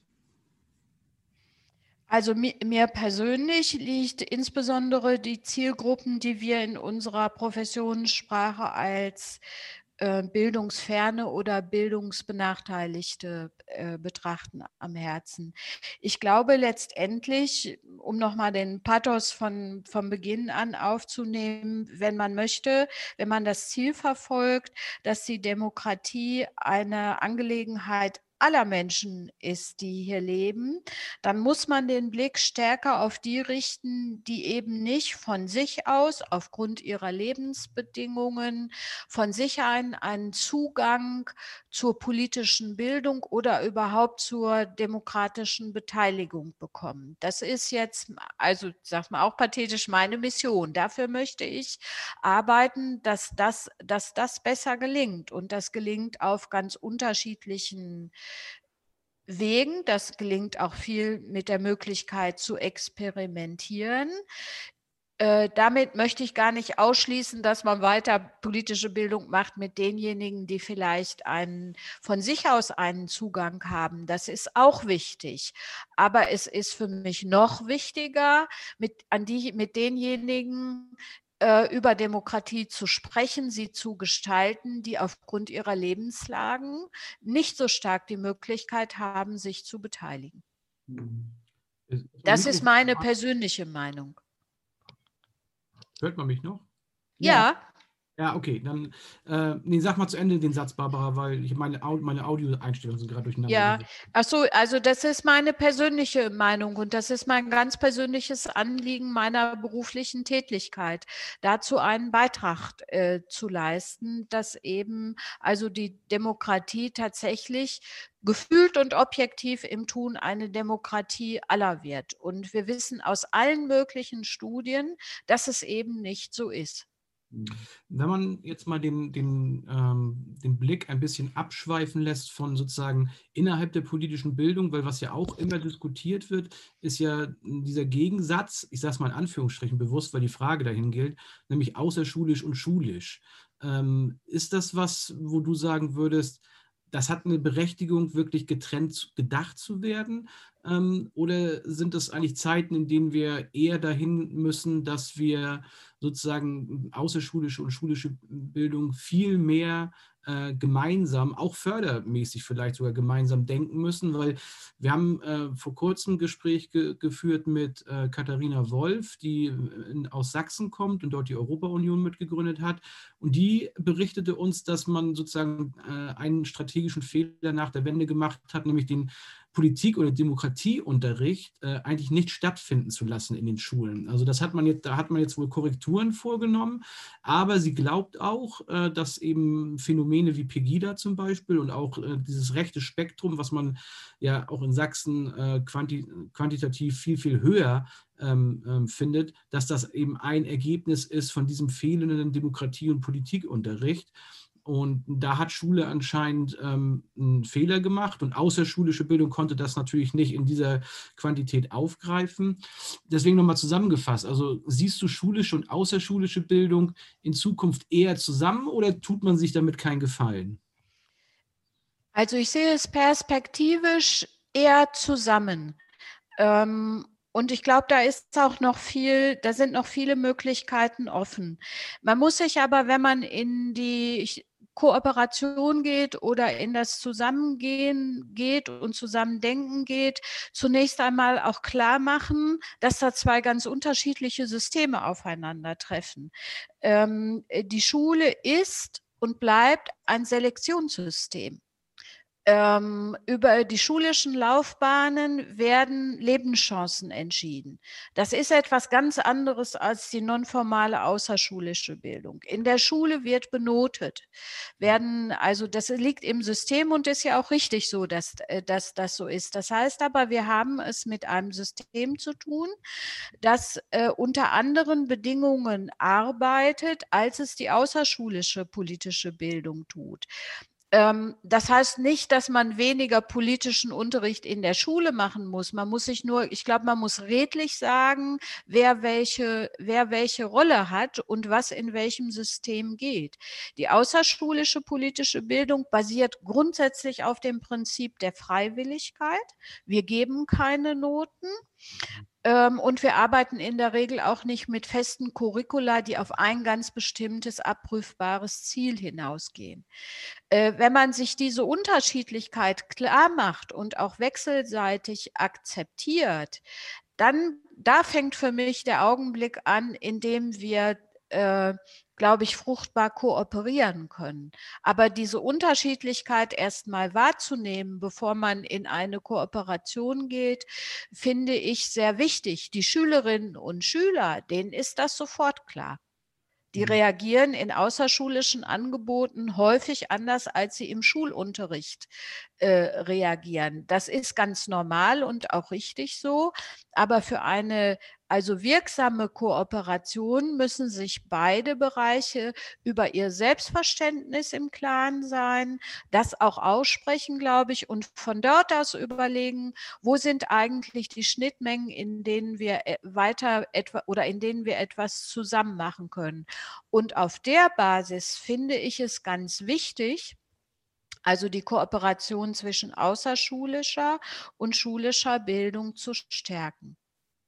Also mir, mir persönlich liegt insbesondere die Zielgruppen, die wir in unserer Professionssprache als äh, bildungsferne oder bildungsbenachteiligte äh, betrachten am Herzen. Ich glaube letztendlich, um nochmal den Pathos von, von Beginn an aufzunehmen, wenn man möchte, wenn man das Ziel verfolgt, dass die Demokratie eine Angelegenheit aller Menschen ist, die hier leben, dann muss man den Blick stärker auf die richten, die eben nicht von sich aus, aufgrund ihrer Lebensbedingungen, von sich ein einen Zugang zur politischen Bildung oder überhaupt zur demokratischen Beteiligung bekommen. Das ist jetzt, also sagt man auch pathetisch, meine Mission. Dafür möchte ich arbeiten, dass das, dass das besser gelingt. Und das gelingt auf ganz unterschiedlichen Wegen. Das gelingt auch viel mit der Möglichkeit zu experimentieren. Äh, damit möchte ich gar nicht ausschließen, dass man weiter politische Bildung macht mit denjenigen, die vielleicht einen, von sich aus einen Zugang haben. Das ist auch wichtig. Aber es ist für mich noch wichtiger, mit, an die, mit denjenigen äh, über Demokratie zu sprechen, sie zu gestalten, die aufgrund ihrer Lebenslagen nicht so stark die Möglichkeit haben, sich zu beteiligen. Das ist meine persönliche Meinung. Hört man mich noch? Ja. Ja, okay. Dann äh, nee, sag mal zu Ende den Satz, Barbara, weil ich meine, meine Audio-Einstellungen sind gerade durcheinander. Ja, ach so, also das ist meine persönliche Meinung und das ist mein ganz persönliches Anliegen meiner beruflichen Tätigkeit, dazu einen Beitrag äh, zu leisten, dass eben also die Demokratie tatsächlich gefühlt und objektiv im Tun eine Demokratie aller wird. Und wir wissen aus allen möglichen Studien, dass es eben nicht so ist. Wenn man jetzt mal den, den, ähm, den Blick ein bisschen abschweifen lässt von sozusagen innerhalb der politischen Bildung, weil was ja auch immer diskutiert wird, ist ja dieser Gegensatz, ich sage es mal in Anführungsstrichen bewusst, weil die Frage dahin gilt, nämlich außerschulisch und schulisch. Ähm, ist das was, wo du sagen würdest, das hat eine Berechtigung, wirklich getrennt gedacht zu werden? Ähm, oder sind das eigentlich Zeiten, in denen wir eher dahin müssen, dass wir sozusagen außerschulische und schulische Bildung viel mehr äh, gemeinsam, auch fördermäßig vielleicht sogar gemeinsam denken müssen? Weil wir haben äh, vor kurzem ein Gespräch ge geführt mit äh, Katharina Wolf, die in, aus Sachsen kommt und dort die Europa-Union mitgegründet hat. Und die berichtete uns, dass man sozusagen äh, einen strategischen Fehler nach der Wende gemacht hat, nämlich den Politik- oder Demokratieunterricht äh, eigentlich nicht stattfinden zu lassen in den Schulen. Also das hat man jetzt, da hat man jetzt wohl Korrekturen vorgenommen, aber sie glaubt auch, äh, dass eben Phänomene wie Pegida zum Beispiel und auch äh, dieses rechte Spektrum, was man ja auch in Sachsen äh, quanti quantitativ viel, viel höher ähm, ähm, findet, dass das eben ein Ergebnis ist von diesem fehlenden Demokratie- und Politikunterricht. Und da hat Schule anscheinend ähm, einen Fehler gemacht und außerschulische Bildung konnte das natürlich nicht in dieser Quantität aufgreifen. Deswegen nochmal zusammengefasst, also siehst du schulische und außerschulische Bildung in Zukunft eher zusammen oder tut man sich damit keinen Gefallen? Also ich sehe es perspektivisch eher zusammen. Ähm, und ich glaube, da ist auch noch viel, da sind noch viele Möglichkeiten offen. Man muss sich aber, wenn man in die Kooperation geht oder in das Zusammengehen geht und Zusammendenken geht, zunächst einmal auch klar machen, dass da zwei ganz unterschiedliche Systeme aufeinandertreffen. Ähm, die Schule ist und bleibt ein Selektionssystem. Ähm, über die schulischen Laufbahnen werden Lebenschancen entschieden. Das ist etwas ganz anderes als die nonformale außerschulische Bildung. In der Schule wird benotet, werden, also das liegt im System und ist ja auch richtig so, dass, dass das so ist. Das heißt aber, wir haben es mit einem System zu tun, das äh, unter anderen Bedingungen arbeitet, als es die außerschulische politische Bildung tut. Das heißt nicht, dass man weniger politischen Unterricht in der Schule machen muss. Man muss sich nur, ich glaube, man muss redlich sagen, wer welche, wer welche Rolle hat und was in welchem System geht. Die außerschulische politische Bildung basiert grundsätzlich auf dem Prinzip der Freiwilligkeit. Wir geben keine Noten. Und wir arbeiten in der Regel auch nicht mit festen Curricula, die auf ein ganz bestimmtes abprüfbares Ziel hinausgehen. Wenn man sich diese Unterschiedlichkeit klar macht und auch wechselseitig akzeptiert, dann da fängt für mich der Augenblick an, in dem wir, äh, glaube ich, fruchtbar kooperieren können. Aber diese Unterschiedlichkeit erstmal wahrzunehmen, bevor man in eine Kooperation geht, finde ich sehr wichtig. Die Schülerinnen und Schüler, denen ist das sofort klar. Die reagieren in außerschulischen Angeboten häufig anders, als sie im Schulunterricht äh, reagieren. Das ist ganz normal und auch richtig so. Aber für eine also wirksame Kooperation müssen sich beide Bereiche über ihr Selbstverständnis im Klaren sein, das auch aussprechen, glaube ich, und von dort aus überlegen, wo sind eigentlich die Schnittmengen, in denen wir weiter etwa oder in denen wir etwas zusammen machen können. Und auf der Basis finde ich es ganz wichtig, also die Kooperation zwischen außerschulischer und schulischer Bildung zu stärken.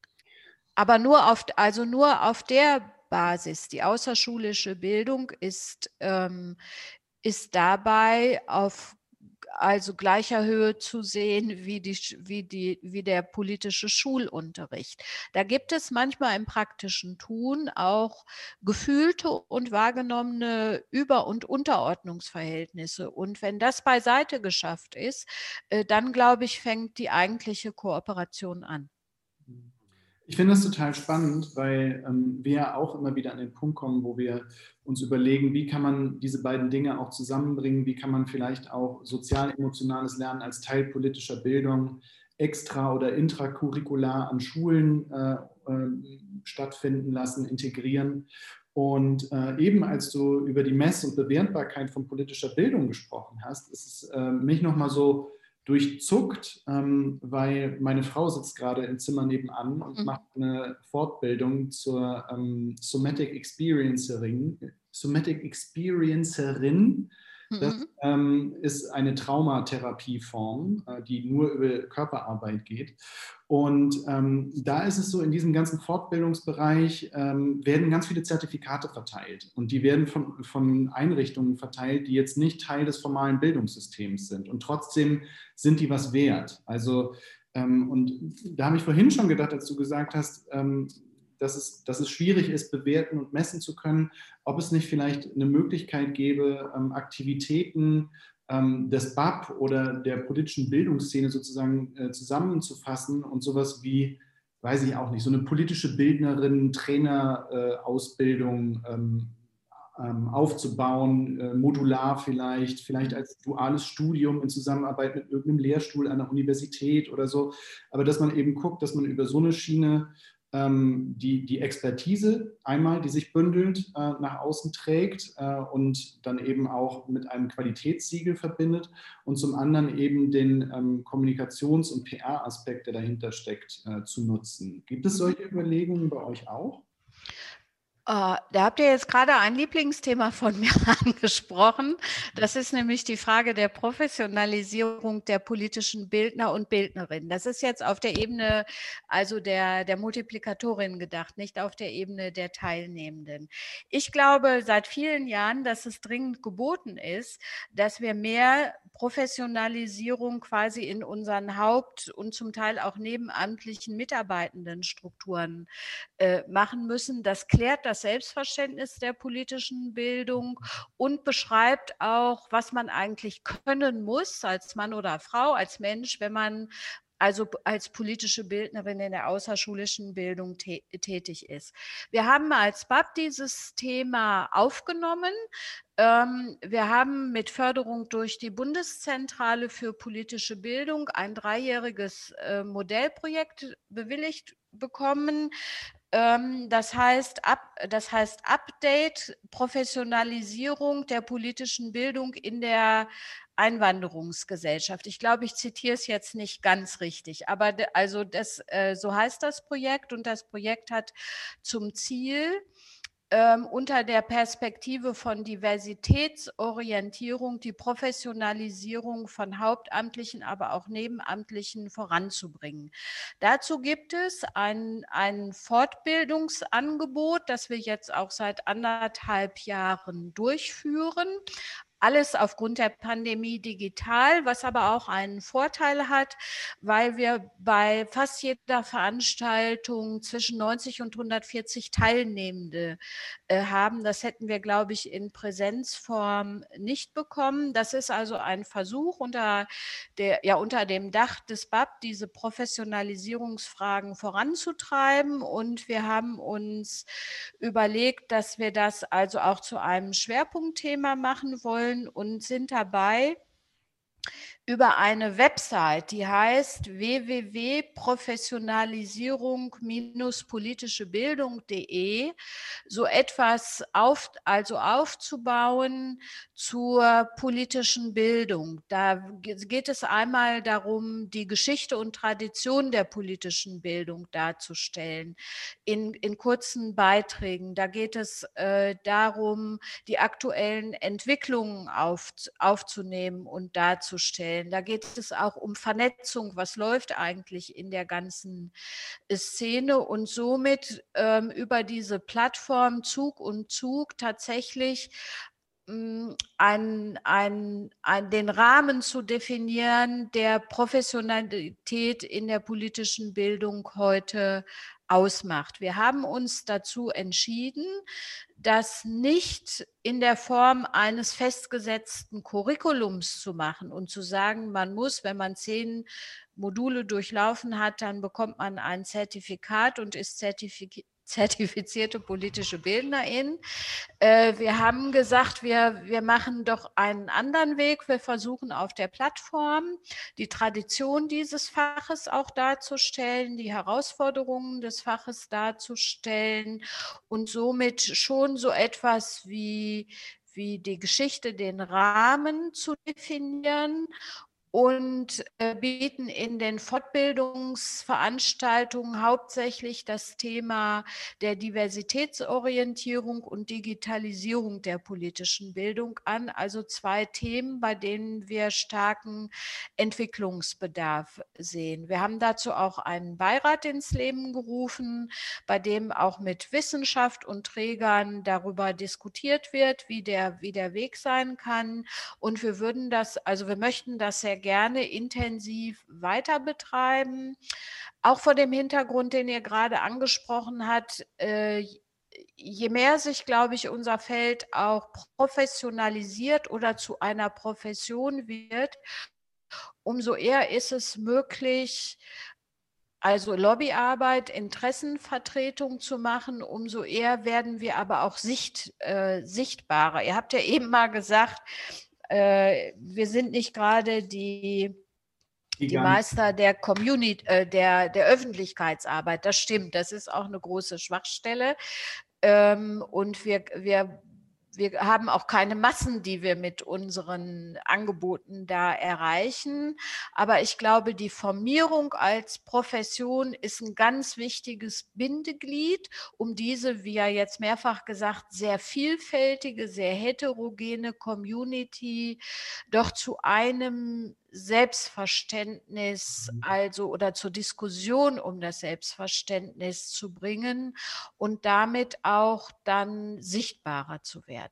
Aber nur auf, also nur auf der Basis. Die außerschulische Bildung ist, ähm, ist dabei auf also gleicher Höhe zu sehen wie, die, wie, die, wie der politische Schulunterricht. Da gibt es manchmal im praktischen Tun auch gefühlte und wahrgenommene Über- und Unterordnungsverhältnisse. Und wenn das beiseite geschafft ist, dann, glaube ich, fängt die eigentliche Kooperation an. Ich finde das total spannend, weil ähm, wir ja auch immer wieder an den Punkt kommen, wo wir uns überlegen, wie kann man diese beiden Dinge auch zusammenbringen, wie kann man vielleicht auch sozial-emotionales Lernen als Teil politischer Bildung extra- oder intracurricular an Schulen äh, äh, stattfinden lassen, integrieren. Und äh, eben als du über die Mess- und Bewertbarkeit von politischer Bildung gesprochen hast, ist es äh, mich nochmal so durchzuckt, ähm, weil meine Frau sitzt gerade im Zimmer nebenan und mhm. macht eine Fortbildung zur ähm, Somatic Experiencerin. Somatic Experiencerin. Das ähm, ist eine Traumatherapieform, äh, die nur über Körperarbeit geht. Und ähm, da ist es so, in diesem ganzen Fortbildungsbereich ähm, werden ganz viele Zertifikate verteilt. Und die werden von, von Einrichtungen verteilt, die jetzt nicht Teil des formalen Bildungssystems sind. Und trotzdem sind die was wert. Also, ähm, und da habe ich vorhin schon gedacht, als du gesagt hast, ähm, dass es, dass es schwierig ist, bewerten und messen zu können, ob es nicht vielleicht eine Möglichkeit gäbe, ähm, Aktivitäten ähm, des B A P oder der politischen Bildungsszene sozusagen äh, zusammenzufassen und sowas wie, weiß ich auch nicht, so eine politische Bildnerin, Trainer-Ausbildung ähm, ähm, aufzubauen, äh, modular vielleicht, vielleicht als duales Studium in Zusammenarbeit mit irgendeinem Lehrstuhl an der Universität oder so, aber dass man eben guckt, dass man über so eine Schiene ähm, die, die Expertise einmal, die sich bündelt, äh, nach außen trägt äh, und dann eben auch mit einem Qualitätssiegel verbindet und zum anderen eben den ähm, Kommunikations- und P R-Aspekt, der dahinter steckt, äh, zu nutzen. Gibt es solche Überlegungen bei euch auch? Uh, da habt ihr jetzt gerade ein Lieblingsthema von mir angesprochen. Das ist nämlich die Frage der Professionalisierung der politischen Bildner und Bildnerinnen. Das ist jetzt auf der Ebene also der, der Multiplikatorin gedacht, nicht auf der Ebene der Teilnehmenden. Ich glaube seit vielen Jahren, dass es dringend geboten ist, dass wir mehr Professionalisierung quasi in unseren Haupt- und zum Teil auch nebenamtlichen Mitarbeitendenstrukturen äh, machen müssen. Das klärt das Selbstverständnis der politischen Bildung und beschreibt auch, was man eigentlich können muss als Mann oder Frau, als Mensch, wenn man also als politische Bildnerin in der außerschulischen Bildung tätig ist. Wir haben als B A P dieses Thema aufgenommen. Wir haben mit Förderung durch die Bundeszentrale für politische Bildung ein dreijähriges Modellprojekt bewilligt bekommen. Das heißt, das heißt Update, Professionalisierung der politischen Bildung in der Einwanderungsgesellschaft. Ich glaube, ich zitiere es jetzt nicht ganz richtig, aber also das, so heißt das Projekt und das Projekt hat zum Ziel, Ähm, unter der Perspektive von Diversitätsorientierung die Professionalisierung von Hauptamtlichen, aber auch Nebenamtlichen voranzubringen. Dazu gibt es ein, ein Fortbildungsangebot, das wir jetzt auch seit anderthalb Jahren durchführen. Alles aufgrund der Pandemie digital, was aber auch einen Vorteil hat, weil wir bei fast jeder Veranstaltung zwischen neunzig und hundertvierzig Teilnehmende äh, haben. Das hätten wir, glaube ich, in Präsenzform nicht bekommen. Das ist also ein Versuch unter, der, ja, unter dem Dach des B A P, diese Professionalisierungsfragen voranzutreiben. Und wir haben uns überlegt, dass wir das also auch zu einem Schwerpunktthema machen wollen und sind dabei, über eine Website, die heißt w w w punkt professionalisierung Bindestrich politische Bildung punkt de, so etwas auf, also aufzubauen zur politischen Bildung. Da geht es einmal darum, die Geschichte und Tradition der politischen Bildung darzustellen, in, in kurzen Beiträgen. Da geht es äh, darum, die aktuellen Entwicklungen auf, aufzunehmen und darzustellen. Da geht es auch um Vernetzung, was läuft eigentlich in der ganzen Szene und somit ähm, über diese Plattform Zug und Zug tatsächlich ähm, ein, ein, ein, den Rahmen zu definieren, der Professionalität in der politischen Bildung heute ausmacht. Wir haben uns dazu entschieden, das nicht in der Form eines festgesetzten Curriculums zu machen und zu sagen, man muss, wenn man zehn Module durchlaufen hat, dann bekommt man ein Zertifikat und ist zertifiziert. zertifizierte politische Bildnerin. Wir haben gesagt, wir, wir machen doch einen anderen Weg. Wir versuchen auf der Plattform die Tradition dieses Faches auch darzustellen, die Herausforderungen des Faches darzustellen und somit schon so etwas wie, wie die Geschichte, den Rahmen zu definieren. Und äh, bieten in den Fortbildungsveranstaltungen hauptsächlich das Thema der Diversitätsorientierung und Digitalisierung der politischen Bildung an. Also zwei Themen, bei denen wir starken Entwicklungsbedarf sehen. Wir haben dazu auch einen Beirat ins Leben gerufen, bei dem auch mit Wissenschaft und Trägern darüber diskutiert wird, wie der, wie der Weg sein kann. Und wir würden das, also wir möchten das sehr gerne intensiv weiter betreiben. Auch vor dem Hintergrund, den ihr gerade angesprochen habt, äh, je mehr sich, glaube ich, unser Feld auch professionalisiert oder zu einer Profession wird, umso eher ist es möglich, also Lobbyarbeit, Interessenvertretung zu machen, umso eher werden wir aber auch sicht, äh, sichtbarer. Ihr habt ja eben mal gesagt, äh, wir sind nicht gerade die, die Meister der Community, äh, der, der Öffentlichkeitsarbeit. Das stimmt, das ist auch eine große Schwachstelle. Ähm, und wir, wir Wir haben auch keine Massen, die wir mit unseren Angeboten da erreichen. Aber ich glaube, die Formierung als Profession ist ein ganz wichtiges Bindeglied, um diese, wie ja jetzt mehrfach gesagt, sehr vielfältige, sehr heterogene Community doch zu einem Selbstverständnis, also oder zur Diskussion um das Selbstverständnis zu bringen und damit auch dann sichtbarer zu werden.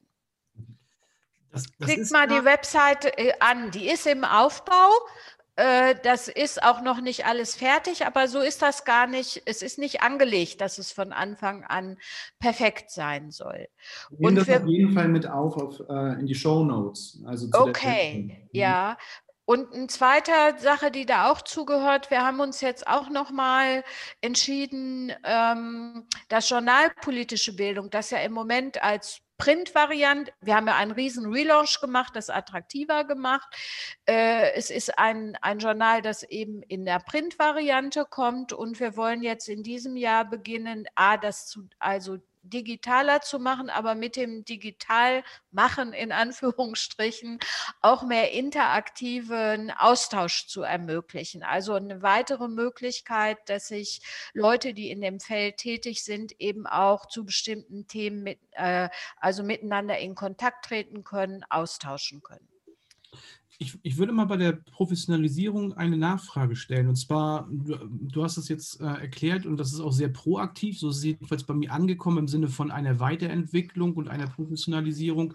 Das, das Klickt ist mal ja, die Webseite äh, an, die ist im Aufbau. Äh, das ist auch noch nicht alles fertig, aber so ist das gar nicht. Es ist nicht angelegt, dass es von Anfang an perfekt sein soll. Wir nehmen Und das wir, auf jeden Fall mit auf, auf äh, in die Shownotes. Also zu okay, der ja. Und eine zweite Sache, die da auch zugehört, wir haben uns jetzt auch nochmal entschieden, ähm, das Journal Politische Bildung, das ja im Moment als Print-Variante, wir haben ja einen riesen Relaunch gemacht, das attraktiver gemacht. Äh, es ist ein, ein Journal, das eben in der Print-Variante kommt und wir wollen jetzt in diesem Jahr beginnen, A, das zu, also digitaler zu machen, aber mit dem Digitalmachen in Anführungsstrichen auch mehr interaktiven Austausch zu ermöglichen. Also eine weitere Möglichkeit, dass sich Leute, die in dem Feld tätig sind, eben auch zu bestimmten Themen mit, äh, also miteinander in Kontakt treten können, austauschen können. Ich, ich würde mal bei der Professionalisierung eine Nachfrage stellen. Und zwar, du, du hast es jetzt äh, erklärt und das ist auch sehr proaktiv, so ist es jedenfalls bei mir angekommen im Sinne von einer Weiterentwicklung und einer Professionalisierung.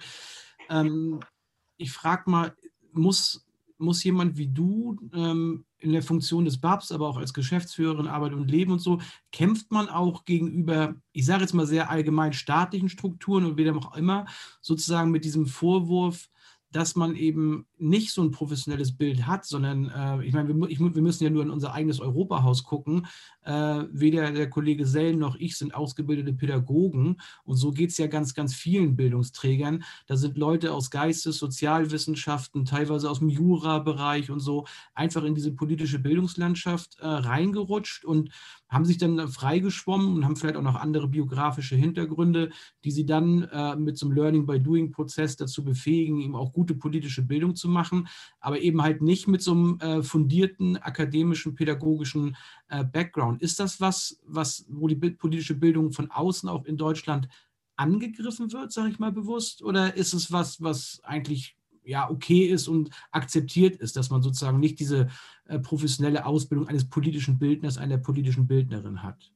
Ähm, ich frage mal, muss, muss jemand wie du ähm, in der Funktion des B A Bs, aber auch als Geschäftsführerin Arbeit und Leben und so, kämpft man auch gegenüber, ich sage jetzt mal sehr allgemein staatlichen Strukturen und wem auch immer, sozusagen mit diesem Vorwurf, dass man eben nicht so ein professionelles Bild hat, sondern äh, ich meine, wir, ich, wir müssen ja nur in unser eigenes Europahaus gucken. Äh, weder der Kollege Sell noch ich sind ausgebildete Pädagogen und so geht es ja ganz, ganz vielen Bildungsträgern. Da sind Leute aus Geistes-, Sozialwissenschaften, teilweise aus dem Jura-Bereich und so einfach in diese politische Bildungslandschaft äh, reingerutscht und haben sich dann freigeschwommen und haben vielleicht auch noch andere biografische Hintergründe, die sie dann äh, mit so einem Learning-by-Doing-Prozess dazu befähigen, eben auch gute politische Bildung zu machen, aber eben halt nicht mit so einem äh, fundierten akademischen, pädagogischen äh, Background. Ist das was, was, wo die politische Bildung von außen auch in Deutschland angegriffen wird, sage ich mal bewusst, oder ist es was, was eigentlich ja okay ist und akzeptiert ist, dass man sozusagen nicht diese äh, professionelle Ausbildung eines politischen Bildners, einer politischen Bildnerin hat?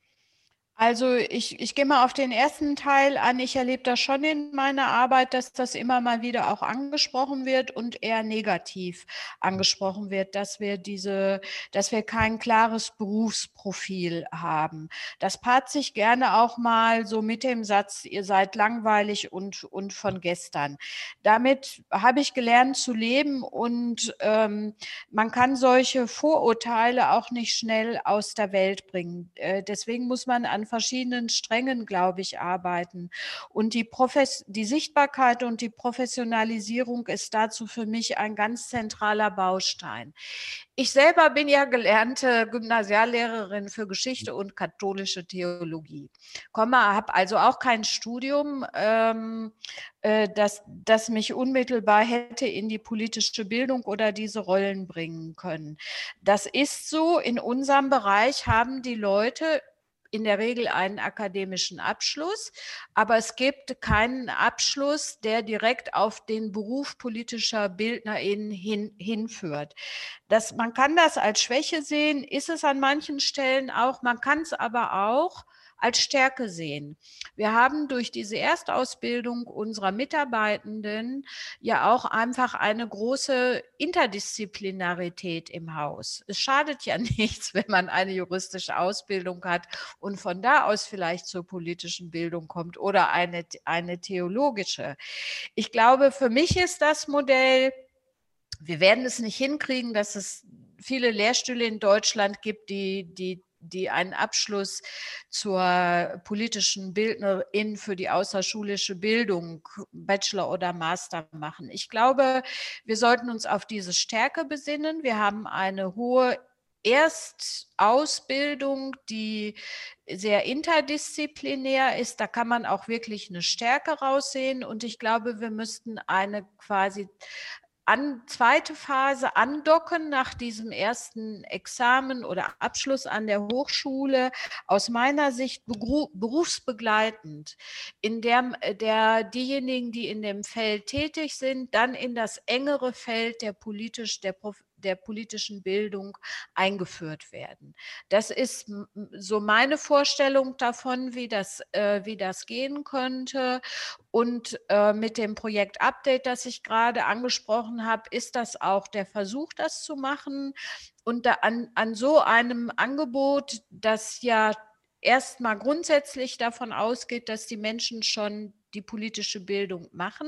Also ich, ich gehe mal auf den ersten Teil an. Ich erlebe das schon in meiner Arbeit, dass das immer mal wieder auch angesprochen wird und eher negativ angesprochen wird, dass wir diese, dass wir kein klares Berufsprofil haben. Das paart sich gerne auch mal so mit dem Satz, ihr seid langweilig und, und von gestern. Damit habe ich gelernt zu leben und ähm, man kann solche Vorurteile auch nicht schnell aus der Welt bringen. Äh, deswegen muss man an verschiedenen Strängen, glaube ich, arbeiten. Und die, Profes- die Sichtbarkeit und die Professionalisierung ist dazu für mich ein ganz zentraler Baustein. Ich selber bin ja gelernte Gymnasiallehrerin für Geschichte und katholische Theologie. Komme, habe also auch kein Studium, ähm, äh, das, das mich unmittelbar hätte in die politische Bildung oder diese Rollen bringen können. Das ist so, in unserem Bereich haben die Leute in der Regel einen akademischen Abschluss, aber es gibt keinen Abschluss, der direkt auf den Beruf politischer BildnerInnen hin, hinführt. Das, man kann das als Schwäche sehen, ist es an manchen Stellen auch, man kann es aber auch als Stärke sehen. Wir haben durch diese Erstausbildung unserer Mitarbeitenden ja auch einfach eine große Interdisziplinarität im Haus. Es schadet ja nichts, wenn man eine juristische Ausbildung hat und von da aus vielleicht zur politischen Bildung kommt oder eine, eine theologische. Ich glaube, für mich ist das Modell, wir werden es nicht hinkriegen, dass es viele Lehrstühle in Deutschland gibt, die, die, die einen Abschluss zur politischen Bildnerin für die außerschulische Bildung, Bachelor oder Master machen. Ich glaube, wir sollten uns auf diese Stärke besinnen. Wir haben eine hohe Erstausbildung, die sehr interdisziplinär ist. Da kann man auch wirklich eine Stärke raussehen. Und ich glaube, wir müssten eine quasi An, zweite Phase andocken nach diesem ersten Examen oder Abschluss an der Hochschule, aus meiner Sicht berufsbegleitend, in der, der diejenigen, die in dem Feld tätig sind, dann in das engere Feld der, politisch, der, der politischen Bildung eingeführt werden. Das ist so meine Vorstellung davon, wie das, äh, wie das gehen könnte. Und äh, mit dem Projekt Update, das ich gerade angesprochen habe, ist das auch der Versuch, das zu machen. Und da an, an so einem Angebot, das ja erstmal grundsätzlich davon ausgeht, dass die Menschen schon die politische Bildung machen.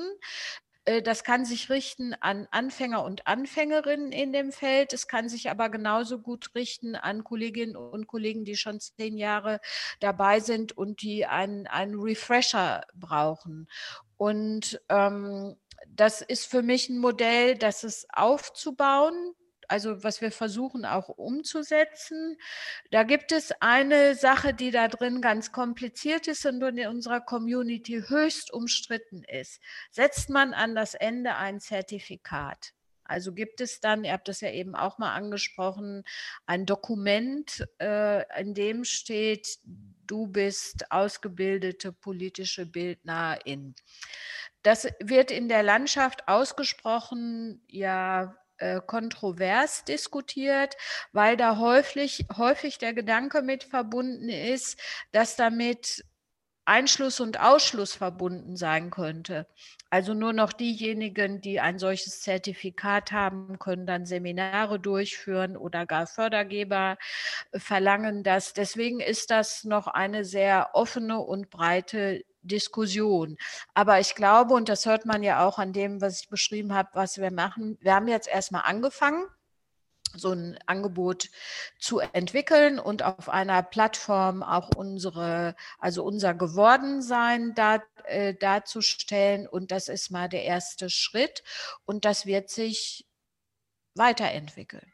Das kann sich richten an Anfänger und Anfängerinnen in dem Feld. Es kann sich aber genauso gut richten an Kolleginnen und Kollegen, die schon zehn Jahre dabei sind und die einen, einen Refresher brauchen. Und ähm, das ist für mich ein Modell, das ist aufzubauen, also was wir versuchen auch umzusetzen. Da gibt es eine Sache, die da drin ganz kompliziert ist und in unserer Community höchst umstritten ist. Setzt man an das Ende ein Zertifikat? Also gibt es dann, ihr habt das ja eben auch mal angesprochen, ein Dokument, äh, in dem steht, du bist ausgebildete politische Bildnerin. Das wird in der Landschaft ausgesprochen, ja, kontrovers diskutiert, weil da häufig, häufig der Gedanke mit verbunden ist, dass damit Einschluss und Ausschluss verbunden sein könnte. Also nur noch diejenigen, die ein solches Zertifikat haben, können dann Seminare durchführen oder gar Fördergeber verlangen das. Deswegen ist das noch eine sehr offene und breite Diskussion. Aber ich glaube, und das hört man ja auch an dem, was ich beschrieben habe, was wir machen, wir haben jetzt erstmal angefangen, so ein Angebot zu entwickeln und auf einer Plattform auch unsere, also unser Gewordensein da, äh, darzustellen. Und das ist mal der erste Schritt. Und das wird sich weiterentwickeln.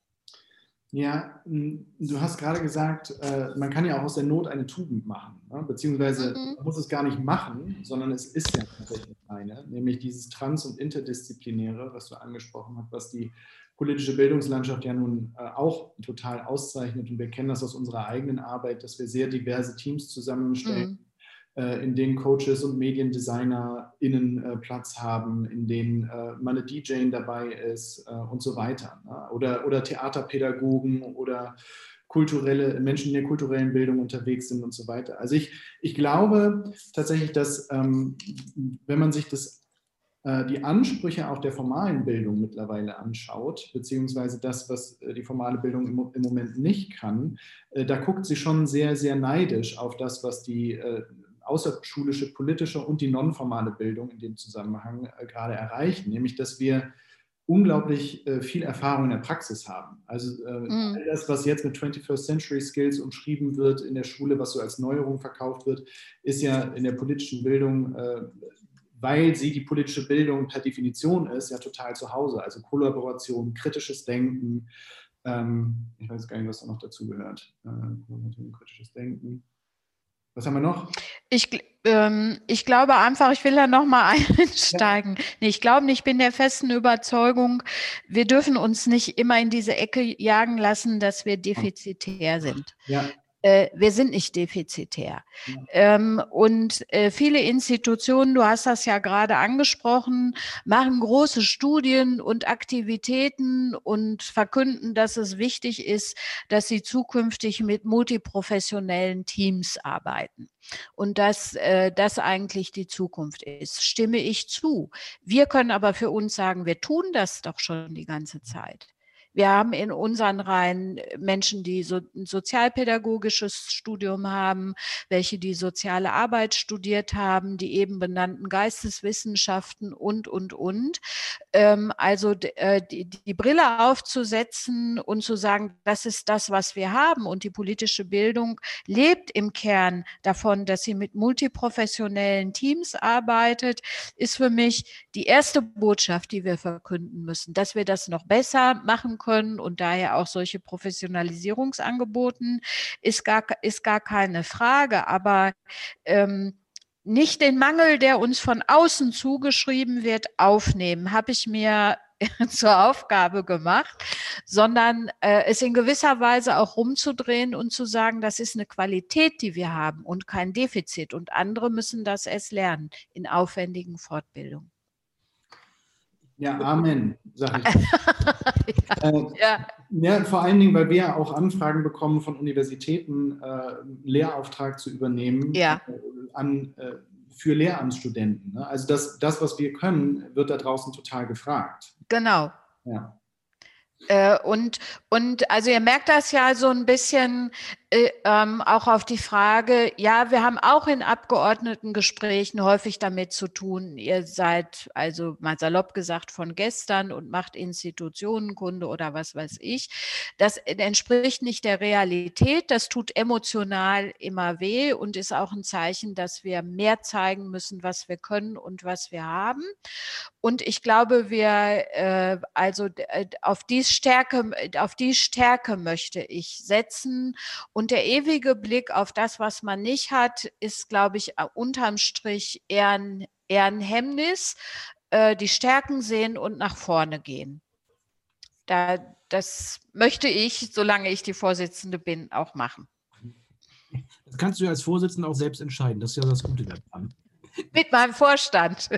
Ja, du hast gerade gesagt, man kann ja auch aus der Not eine Tugend machen, ne? Beziehungsweise mhm. man muss es gar nicht machen, sondern es ist ja tatsächlich eine, nämlich dieses Trans- und Interdisziplinäre, was du angesprochen hast, was die politische Bildungslandschaft ja nun auch total auszeichnet. Und wir kennen das aus unserer eigenen Arbeit, dass wir sehr diverse Teams zusammenstellen, mhm. in denen Coaches und MediendesignerInnen Platz haben, in denen mal eine D J dabei ist und so weiter. Oder, oder Theaterpädagogen oder kulturelle Menschen in der kulturellen Bildung unterwegs sind und so weiter. Also ich, ich glaube tatsächlich, dass ähm, wenn man sich das, äh, die Ansprüche auch der formalen Bildung mittlerweile anschaut, beziehungsweise das, was die formale Bildung im, im Moment nicht kann, äh, da guckt sie schon sehr, sehr neidisch auf das, was die äh, außerschulische, politische und die nonformale Bildung in dem Zusammenhang äh, gerade erreichen, nämlich dass wir unglaublich äh, viel Erfahrung in der Praxis haben. Also äh, mm. all das, was jetzt mit twenty-first Century Skills umschrieben wird in der Schule, was so als Neuerung verkauft wird, ist ja in der politischen Bildung, äh, weil sie die politische Bildung per Definition ist, ja total zu Hause. Also Kollaboration, kritisches Denken, ähm, ich weiß gar nicht, was da noch dazu gehört. Äh, kritisches Denken. Was haben wir noch? Ich, ähm, ich glaube einfach, ich will da nochmal einsteigen. Ja. Nee, ich glaube nicht, ich bin der festen Überzeugung, wir dürfen uns nicht immer in diese Ecke jagen lassen, dass wir defizitär sind. Ja. Äh, wir sind nicht defizitär. Ja. Ähm, und äh, viele Institutionen, du hast das ja gerade angesprochen, machen große Studien und Aktivitäten und verkünden, dass es wichtig ist, dass sie zukünftig mit multiprofessionellen Teams arbeiten. Und dass äh, das eigentlich die Zukunft ist, stimme ich zu. Wir können aber für uns sagen, wir tun das doch schon die ganze Zeit. Wir haben in unseren Reihen Menschen, die so ein sozialpädagogisches Studium haben, welche die soziale Arbeit studiert haben, die eben benannten Geisteswissenschaften und, und, und. Ähm, also die, die Brille aufzusetzen und zu sagen, das ist das, was wir haben. Und die politische Bildung lebt im Kern davon, dass sie mit multiprofessionellen Teams arbeitet, ist für mich die erste Botschaft, die wir verkünden müssen, dass wir das noch besser machen können und daher auch solche Professionalisierungsangeboten ist gar, ist gar keine Frage, aber ähm, nicht den Mangel, der uns von außen zugeschrieben wird, aufnehmen, habe ich mir zur Aufgabe gemacht, sondern äh, es in gewisser Weise auch rumzudrehen und zu sagen, das ist eine Qualität, die wir haben und kein Defizit und andere müssen das erst lernen in aufwendigen Fortbildungen. Ja, Amen, sage ich. ja. Äh, ja. ja, vor allen Dingen, weil wir auch Anfragen bekommen von Universitäten, äh, einen Lehrauftrag zu übernehmen ja. äh, an, äh, für Lehramtsstudenten. Ne? Also das, das, was wir können, wird da draußen total gefragt. Genau. Ja. Äh, und, und also ihr merkt das ja so ein bisschen äh, ähm, auch auf die Frage, ja, wir haben auch in Abgeordnetengesprächen häufig damit zu tun, ihr seid also mal salopp gesagt von gestern und macht Institutionenkunde oder was weiß ich. Das entspricht nicht der Realität, das tut emotional immer weh und ist auch ein Zeichen, dass wir mehr zeigen müssen, was wir können und was wir haben. Und ich glaube, wir, äh, also äh, auf die Stärke, auf die Stärke möchte ich setzen. Und der ewige Blick auf das, was man nicht hat, ist, glaube ich, unterm Strich eher ein, eher ein Hemmnis. Äh, die Stärken sehen und nach vorne gehen. Da, das möchte ich, solange ich die Vorsitzende bin, auch machen. Das kannst du ja als Vorsitzende auch selbst entscheiden. Das ist ja das Gute daran. Mit meinem Vorstand.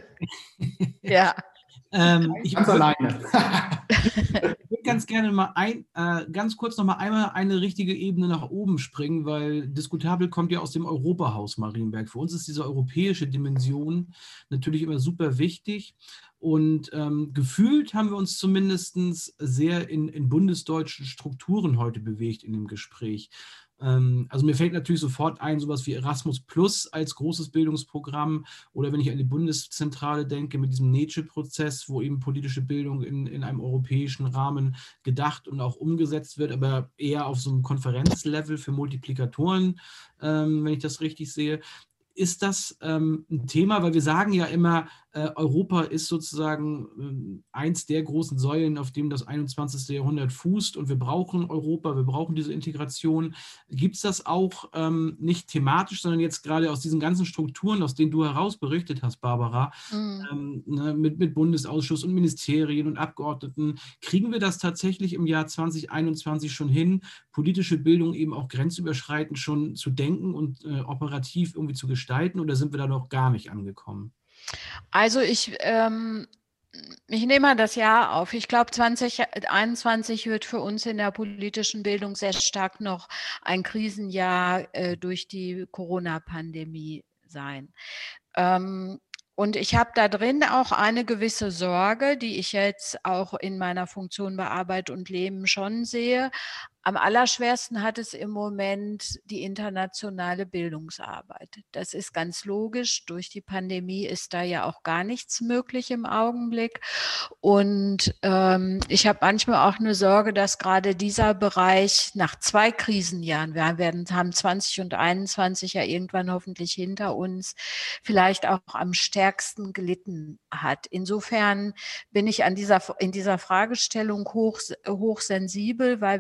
Ja. Ähm, ich ganz würd, alleine. Ich würde ganz gerne mal ein, äh, ganz kurz noch mal einmal eine richtige Ebene nach oben springen, weil Diskutabel kommt ja aus dem Europahaus Marienberg. Für uns ist diese europäische Dimension natürlich immer super wichtig. Und ähm, gefühlt haben wir uns zumindest sehr in, in bundesdeutschen Strukturen heute bewegt in dem Gespräch. Also mir fällt natürlich sofort ein, sowas wie Erasmus Plus als großes Bildungsprogramm oder wenn ich an die Bundeszentrale denke mit diesem NECE-Prozess, wo eben politische Bildung in, in einem europäischen Rahmen gedacht und auch umgesetzt wird, aber eher auf so einem Konferenzlevel für Multiplikatoren, ähm, wenn ich das richtig sehe. Ist das ähm, ein Thema, weil wir sagen ja immer, äh, Europa ist sozusagen ähm, eins der großen Säulen, auf dem das einundzwanzigste Jahrhundert fußt und wir brauchen Europa, wir brauchen diese Integration. Gibt es das auch ähm, nicht thematisch, sondern jetzt gerade aus diesen ganzen Strukturen, aus denen du heraus berichtet hast, Barbara, mhm. ähm, ne, mit, mit Bundesausschuss und Ministerien und Abgeordneten, kriegen wir das tatsächlich im Jahr zwanzig einundzwanzig schon hin, politische Bildung eben auch grenzüberschreitend schon zu denken und äh, operativ irgendwie zu gestalten oder sind wir da noch gar nicht angekommen? Also ich, ähm, ich nehme mal das Jahr auf. Ich glaube, zwanzig einundzwanzig wird für uns in der politischen Bildung sehr stark noch ein Krisenjahr äh, durch die Corona-Pandemie sein. Ähm, Und ich habe da drin auch eine gewisse Sorge, die ich jetzt auch in meiner Funktion bei Arbeit und Leben schon sehe. Am allerschwersten hat es im Moment die internationale Bildungsarbeit. Das ist ganz logisch. Durch die Pandemie ist da ja auch gar nichts möglich im Augenblick. Und ähm, ich habe manchmal auch eine Sorge, dass gerade dieser Bereich nach zwei Krisenjahren, wir werden, haben zwanzig und einundzwanzig ja irgendwann hoffentlich hinter uns, vielleicht auch am stärksten gelitten hat. Insofern bin ich an dieser, in dieser Fragestellung hoch, hochsensibel, weil wir auf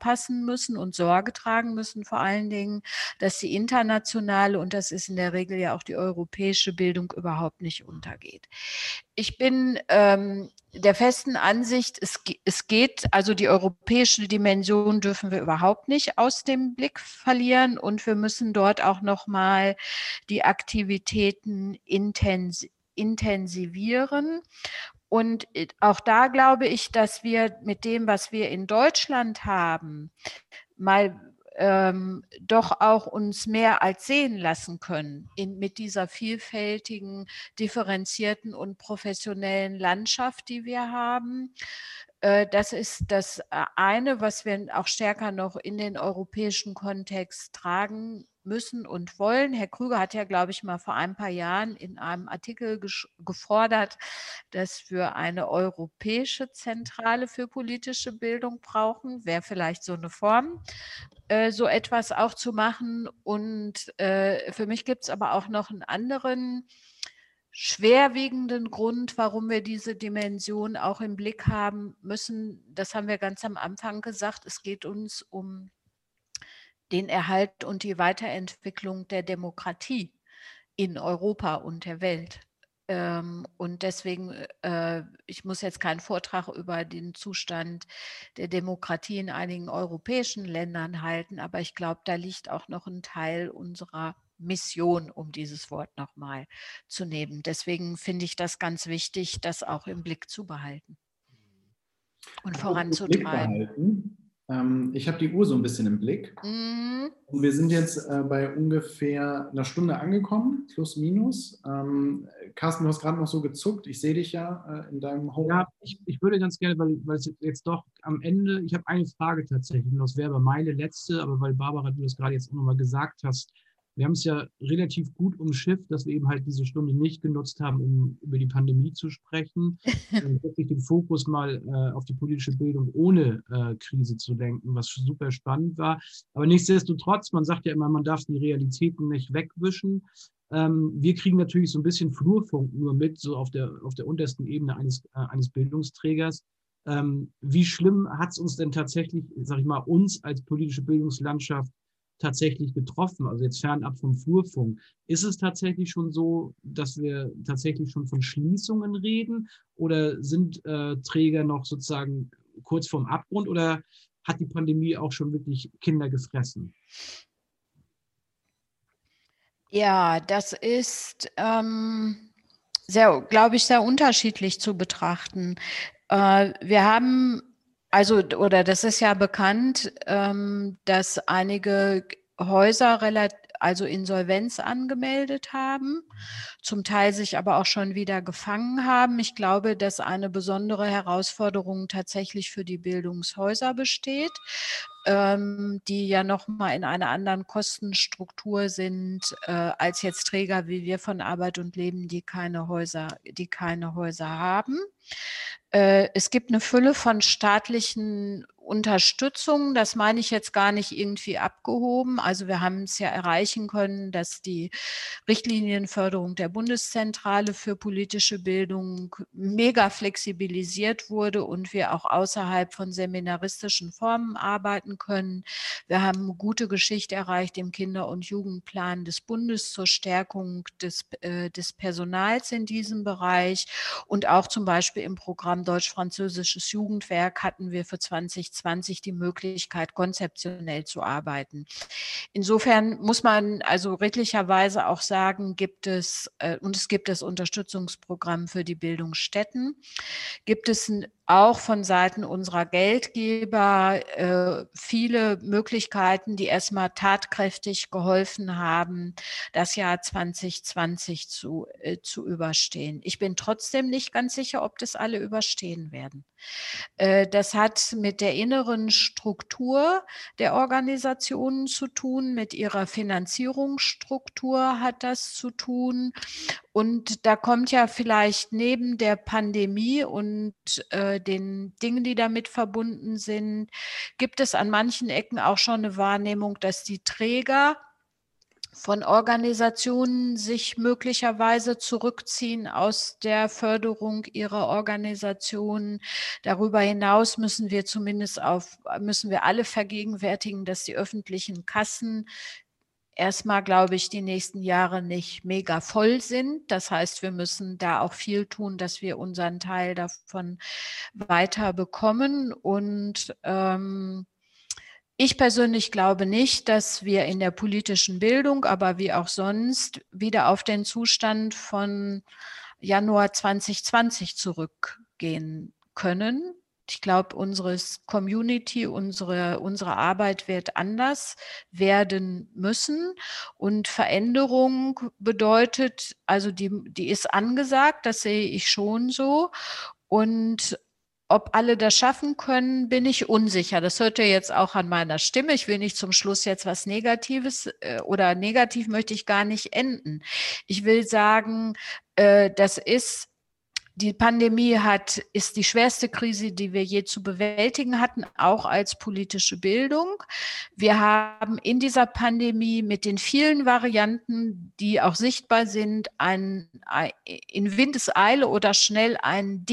aufpassen müssen und Sorge tragen müssen, vor allen Dingen, dass die internationale, und das ist in der Regel ja auch die europäische Bildung, überhaupt nicht untergeht. Ich bin ähm, der festen Ansicht, es, es geht, also die europäische Dimension dürfen wir überhaupt nicht aus dem Blick verlieren und wir müssen dort auch nochmal die Aktivitäten intens, intensivieren. Und auch da glaube ich, dass wir mit dem, was wir in Deutschland haben, mal ähm, doch auch uns mehr als sehen lassen können in, mit dieser vielfältigen, differenzierten und professionellen Landschaft, die wir haben. Äh, das ist das eine, was wir auch stärker noch in den europäischen Kontext tragen müssen und wollen. Herr Krüger hat ja, glaube ich, mal vor ein paar Jahren in einem Artikel gefordert, dass wir eine europäische Zentrale für politische Bildung brauchen. Wäre vielleicht so eine Form, äh, so etwas auch zu machen. Und äh, für mich gibt es aber auch noch einen anderen schwerwiegenden Grund, warum wir diese Dimension auch im Blick haben müssen. Das haben wir ganz am Anfang gesagt. Es geht uns um den Erhalt und die Weiterentwicklung der Demokratie in Europa und der Welt. Ähm, und deswegen, äh, ich muss jetzt keinen Vortrag über den Zustand der Demokratie in einigen europäischen Ländern halten, aber ich glaube, da liegt auch noch ein Teil unserer Mission, um dieses Wort nochmal zu nehmen. Deswegen finde ich das ganz wichtig, das auch im Blick zu behalten und voranzutreiben. Ich habe die Uhr so ein bisschen im Blick. Mm. Und wir sind jetzt äh, bei ungefähr einer Stunde angekommen, plus minus. Ähm, Carsten, du hast gerade noch so gezuckt. Ich sehe dich ja äh, in deinem Home. Ja, ich, ich würde ganz gerne, weil, weil es jetzt doch am Ende, ich habe eine Frage tatsächlich, und das wäre aber meine letzte, aber weil Barbara, du das gerade jetzt auch nochmal gesagt hast, wir haben es ja relativ gut umschifft, dass wir eben halt diese Stunde nicht genutzt haben, um über die Pandemie zu sprechen und wirklich den Fokus mal äh, auf die politische Bildung ohne äh, Krise zu lenken, was super spannend war. Aber nichtsdestotrotz, man sagt ja immer, man darf die Realitäten nicht wegwischen. Ähm, wir kriegen natürlich so ein bisschen Flurfunk nur mit, so auf der, auf der untersten Ebene eines, äh, eines Bildungsträgers. Ähm, wie schlimm hat es uns denn tatsächlich, sag ich mal, uns als politische Bildungslandschaft tatsächlich getroffen, also jetzt fernab vom Flurfunk. Ist es tatsächlich schon so, dass wir tatsächlich schon von Schließungen reden oder sind äh, Träger noch sozusagen kurz vorm Abgrund oder hat die Pandemie auch schon wirklich Kinder gefressen? Ja, das ist ähm, sehr, glaube ich, sehr unterschiedlich zu betrachten. Äh, wir haben Also, oder das ist ja bekannt, ähm, dass einige Häuser also Insolvenz angemeldet haben, zum Teil sich aber auch schon wieder gefangen haben. Ich glaube, dass eine besondere Herausforderung tatsächlich für die Bildungshäuser besteht, ähm, die ja nochmal in einer anderen Kostenstruktur sind äh, als jetzt Träger wie wir von Arbeit und Leben, die keine Häuser, die keine Häuser haben. Äh, es gibt eine Fülle von staatlichen Unterstützung, das meine ich jetzt gar nicht irgendwie abgehoben. Also wir haben es ja erreichen können, dass die Richtlinienförderung der Bundeszentrale für politische Bildung mega flexibilisiert wurde und wir auch außerhalb von seminaristischen Formen arbeiten können. Wir haben eine gute Geschichte erreicht im Kinder- und Jugendplan des Bundes zur Stärkung des, äh, des Personals in diesem Bereich und auch zum Beispiel im Programm Deutsch-Französisches Jugendwerk hatten wir für zwanzig zwanzig die Möglichkeit, konzeptionell zu arbeiten. Insofern muss man also redlicherweise auch sagen, gibt es, äh, und es gibt das Unterstützungsprogramm für die Bildungsstätten, gibt es ein auch von Seiten unserer Geldgeber äh, viele Möglichkeiten, die erstmal tatkräftig geholfen haben, das Jahr zwanzig zwanzig zu, äh, zu überstehen. Ich bin trotzdem nicht ganz sicher, ob das alle überstehen werden. Äh, das hat mit der inneren Struktur der Organisationen zu tun, mit ihrer Finanzierungsstruktur hat das zu tun. Und da kommt ja vielleicht neben der Pandemie und äh, den Dingen, die damit verbunden sind, gibt es an manchen Ecken auch schon eine Wahrnehmung, dass die Träger von Organisationen sich möglicherweise zurückziehen aus der Förderung ihrer Organisationen. Darüber hinaus müssen wir zumindest auf, müssen wir alle vergegenwärtigen, dass die öffentlichen Kassen erstmal, glaube ich, die nächsten Jahre nicht mega voll sind. Das heißt, wir müssen da auch viel tun, dass wir unseren Teil davon weiter bekommen. Und ähm, ich persönlich glaube nicht, dass wir in der politischen Bildung, aber wie auch sonst, wieder auf den Zustand von Januar zwanzig zwanzig zurückgehen können. Ich glaube, unsere Community, unsere, unsere Arbeit wird anders werden müssen. Und Veränderung bedeutet, also die, die ist angesagt, das sehe ich schon so. Und ob alle das schaffen können, bin ich unsicher. Das hört ihr jetzt auch an meiner Stimme. Ich will nicht zum Schluss jetzt was Negatives äh, oder negativ möchte ich gar nicht enden. Ich will sagen, äh, das ist Die Pandemie hat, ist die schwerste Krise, die wir je zu bewältigen hatten, auch als politische Bildung. Wir haben in dieser Pandemie mit den vielen Varianten, die auch sichtbar sind, ein, ein, in Windeseile oder schnell einen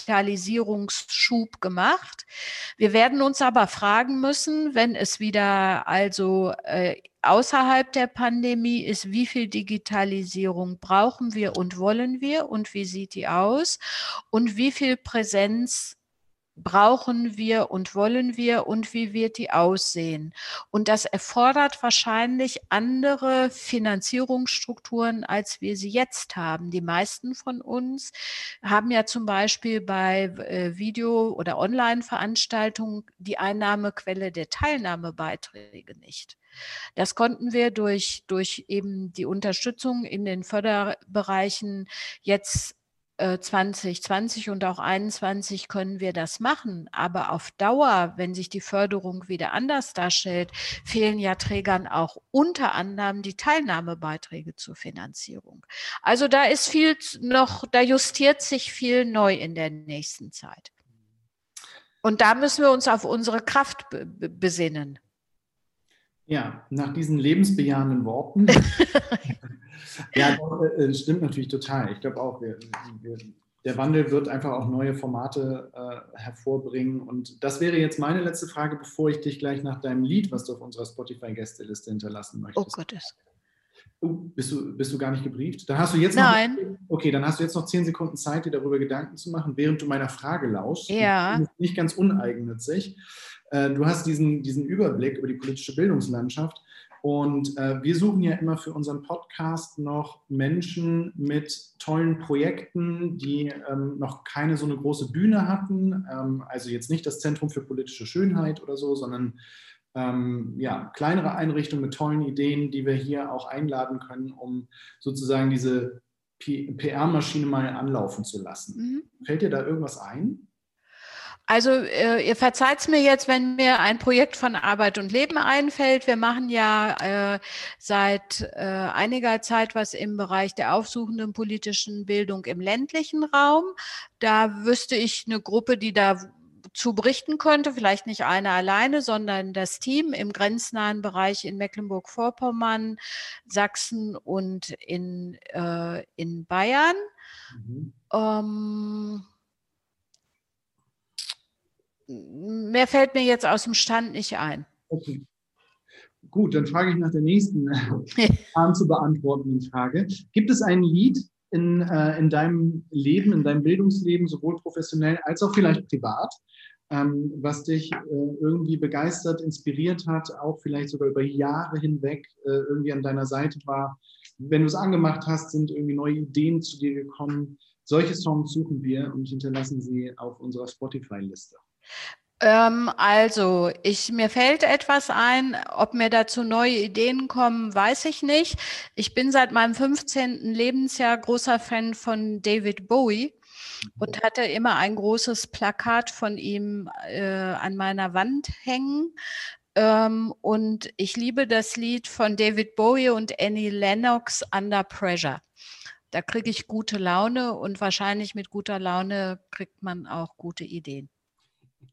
Digitalisierungsschub gemacht. Wir werden uns aber fragen müssen, wenn es wieder also äh, außerhalb der Pandemie ist, wie viel Digitalisierung brauchen wir und wollen wir und wie sieht die aus und wie viel Präsenz brauchen wir und wollen wir und wie wird die aussehen? Und das erfordert wahrscheinlich andere Finanzierungsstrukturen, als wir sie jetzt haben. Die meisten von uns haben ja zum Beispiel bei äh, Video- oder Online-Veranstaltungen die Einnahmequelle der Teilnahmebeiträge nicht. Das konnten wir durch, durch eben die Unterstützung in den Förderbereichen jetzt zwanzig zwanzig und auch einundzwanzig können wir das machen. Aber auf Dauer, wenn sich die Förderung wieder anders darstellt, fehlen ja Trägern auch unter anderem die Teilnahmebeiträge zur Finanzierung. Also da ist viel noch, da justiert sich viel neu in der nächsten Zeit. Und da müssen wir uns auf unsere Kraft be- besinnen. Ja, nach diesen lebensbejahenden Worten. Ja, das stimmt natürlich total. Ich glaube auch, wir, wir, der Wandel wird einfach auch neue Formate äh, hervorbringen. Und das wäre jetzt meine letzte Frage, bevor ich dich gleich nach deinem Lied, was du auf unserer Spotify-Gästeliste hinterlassen möchtest. Oh Gottes. Oh, bist du, bist du gar nicht gebrieft? Dann hast du jetzt Nein. noch, okay, dann hast du jetzt noch zehn Sekunden Zeit, dir darüber Gedanken zu machen, während du meiner Frage lauschst. Ja. Nicht ganz uneigennützig. Du hast diesen, diesen Überblick über die politische Bildungslandschaft und äh, wir suchen ja immer für unseren Podcast noch Menschen mit tollen Projekten, die ähm, noch keine so eine große Bühne hatten, ähm, also jetzt nicht das Zentrum für politische Schönheit oder so, sondern ähm, ja, kleinere Einrichtungen mit tollen Ideen, die wir hier auch einladen können, um sozusagen diese P R-Maschine mal anlaufen zu lassen. Mhm. Fällt dir da irgendwas ein? Also äh, ihr verzeiht es mir jetzt, wenn mir ein Projekt von Arbeit und Leben einfällt. Wir machen ja äh, seit äh, einiger Zeit was im Bereich der aufsuchenden politischen Bildung im ländlichen Raum. Da wüsste ich eine Gruppe, die dazu berichten könnte, vielleicht nicht eine alleine, sondern das Team im grenznahen Bereich in Mecklenburg-Vorpommern, Sachsen und in, äh, in Bayern. Mhm. Ähm, Mehr fällt mir jetzt aus dem Stand nicht ein. Okay. Gut, dann frage ich nach der nächsten äh, zu beantwortenden Frage. Gibt es ein Lied in, äh, in deinem Leben, in deinem Bildungsleben, sowohl professionell als auch vielleicht privat, ähm, was dich äh, irgendwie begeistert, inspiriert hat, auch vielleicht sogar über Jahre hinweg äh, irgendwie an deiner Seite war? Wenn du es angemacht hast, sind irgendwie neue Ideen zu dir gekommen. Solche Songs suchen wir und hinterlassen sie auf unserer Spotify-Liste. Ähm, also, ich, mir fällt etwas ein, ob mir dazu neue Ideen kommen, weiß ich nicht. Ich bin seit meinem fünfzehnten Lebensjahr großer Fan von David Bowie und hatte immer ein großes Plakat von ihm äh, an meiner Wand hängen. Ähm, und ich liebe das Lied von David Bowie und Annie Lennox, Under Pressure. Da kriege ich gute Laune und wahrscheinlich mit guter Laune kriegt man auch gute Ideen.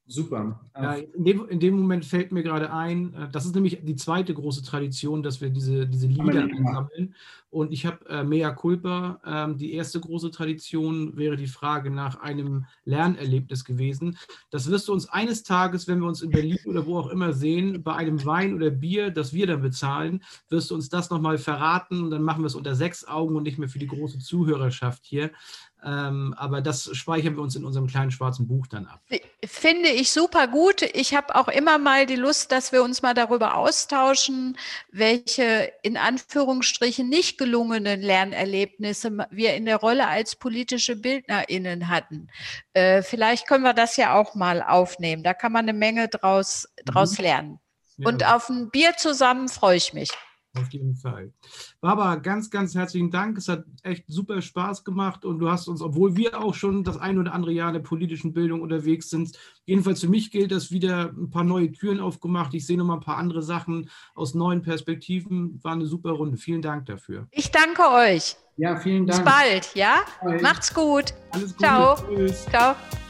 Super. Ja, in, dem, in dem Moment fällt mir gerade ein, das ist nämlich die zweite große Tradition, dass wir diese, diese Lieder einsammeln. Und ich habe äh, Mea Culpa. Ähm, die erste große Tradition wäre die Frage nach einem Lernerlebnis gewesen. Das wirst du uns eines Tages, wenn wir uns in Berlin oder wo auch immer sehen, bei einem Wein oder Bier, das wir dann bezahlen, wirst du uns das nochmal verraten und dann machen wir es unter sechs Augen und nicht mehr für die große Zuhörerschaft hier. Ähm, aber das speichern wir uns in unserem kleinen schwarzen Buch dann ab. Finde ich super gut. Ich habe auch immer mal die Lust, dass wir uns mal darüber austauschen, welche in Anführungsstrichen nicht gelungenen Lernerlebnisse wir in der Rolle als politische BildnerInnen hatten. Äh, vielleicht können wir das ja auch mal aufnehmen. Da kann man eine Menge draus, draus lernen. Ja. Und auf ein Bier zusammen freue ich mich. Auf jeden Fall. Barbara, ganz, ganz herzlichen Dank. Es hat echt super Spaß gemacht und du hast uns, obwohl wir auch schon das ein oder andere Jahr in der politischen Bildung unterwegs sind, jedenfalls für mich gilt das, wieder ein paar neue Türen aufgemacht. Ich sehe noch mal ein paar andere Sachen aus neuen Perspektiven. War eine super Runde. Vielen Dank dafür. Ich danke euch. Ja, vielen Dank. Bis bald, ja? Bye. Macht's gut. Alles Gute. Ciao. Tschüss. Ciao.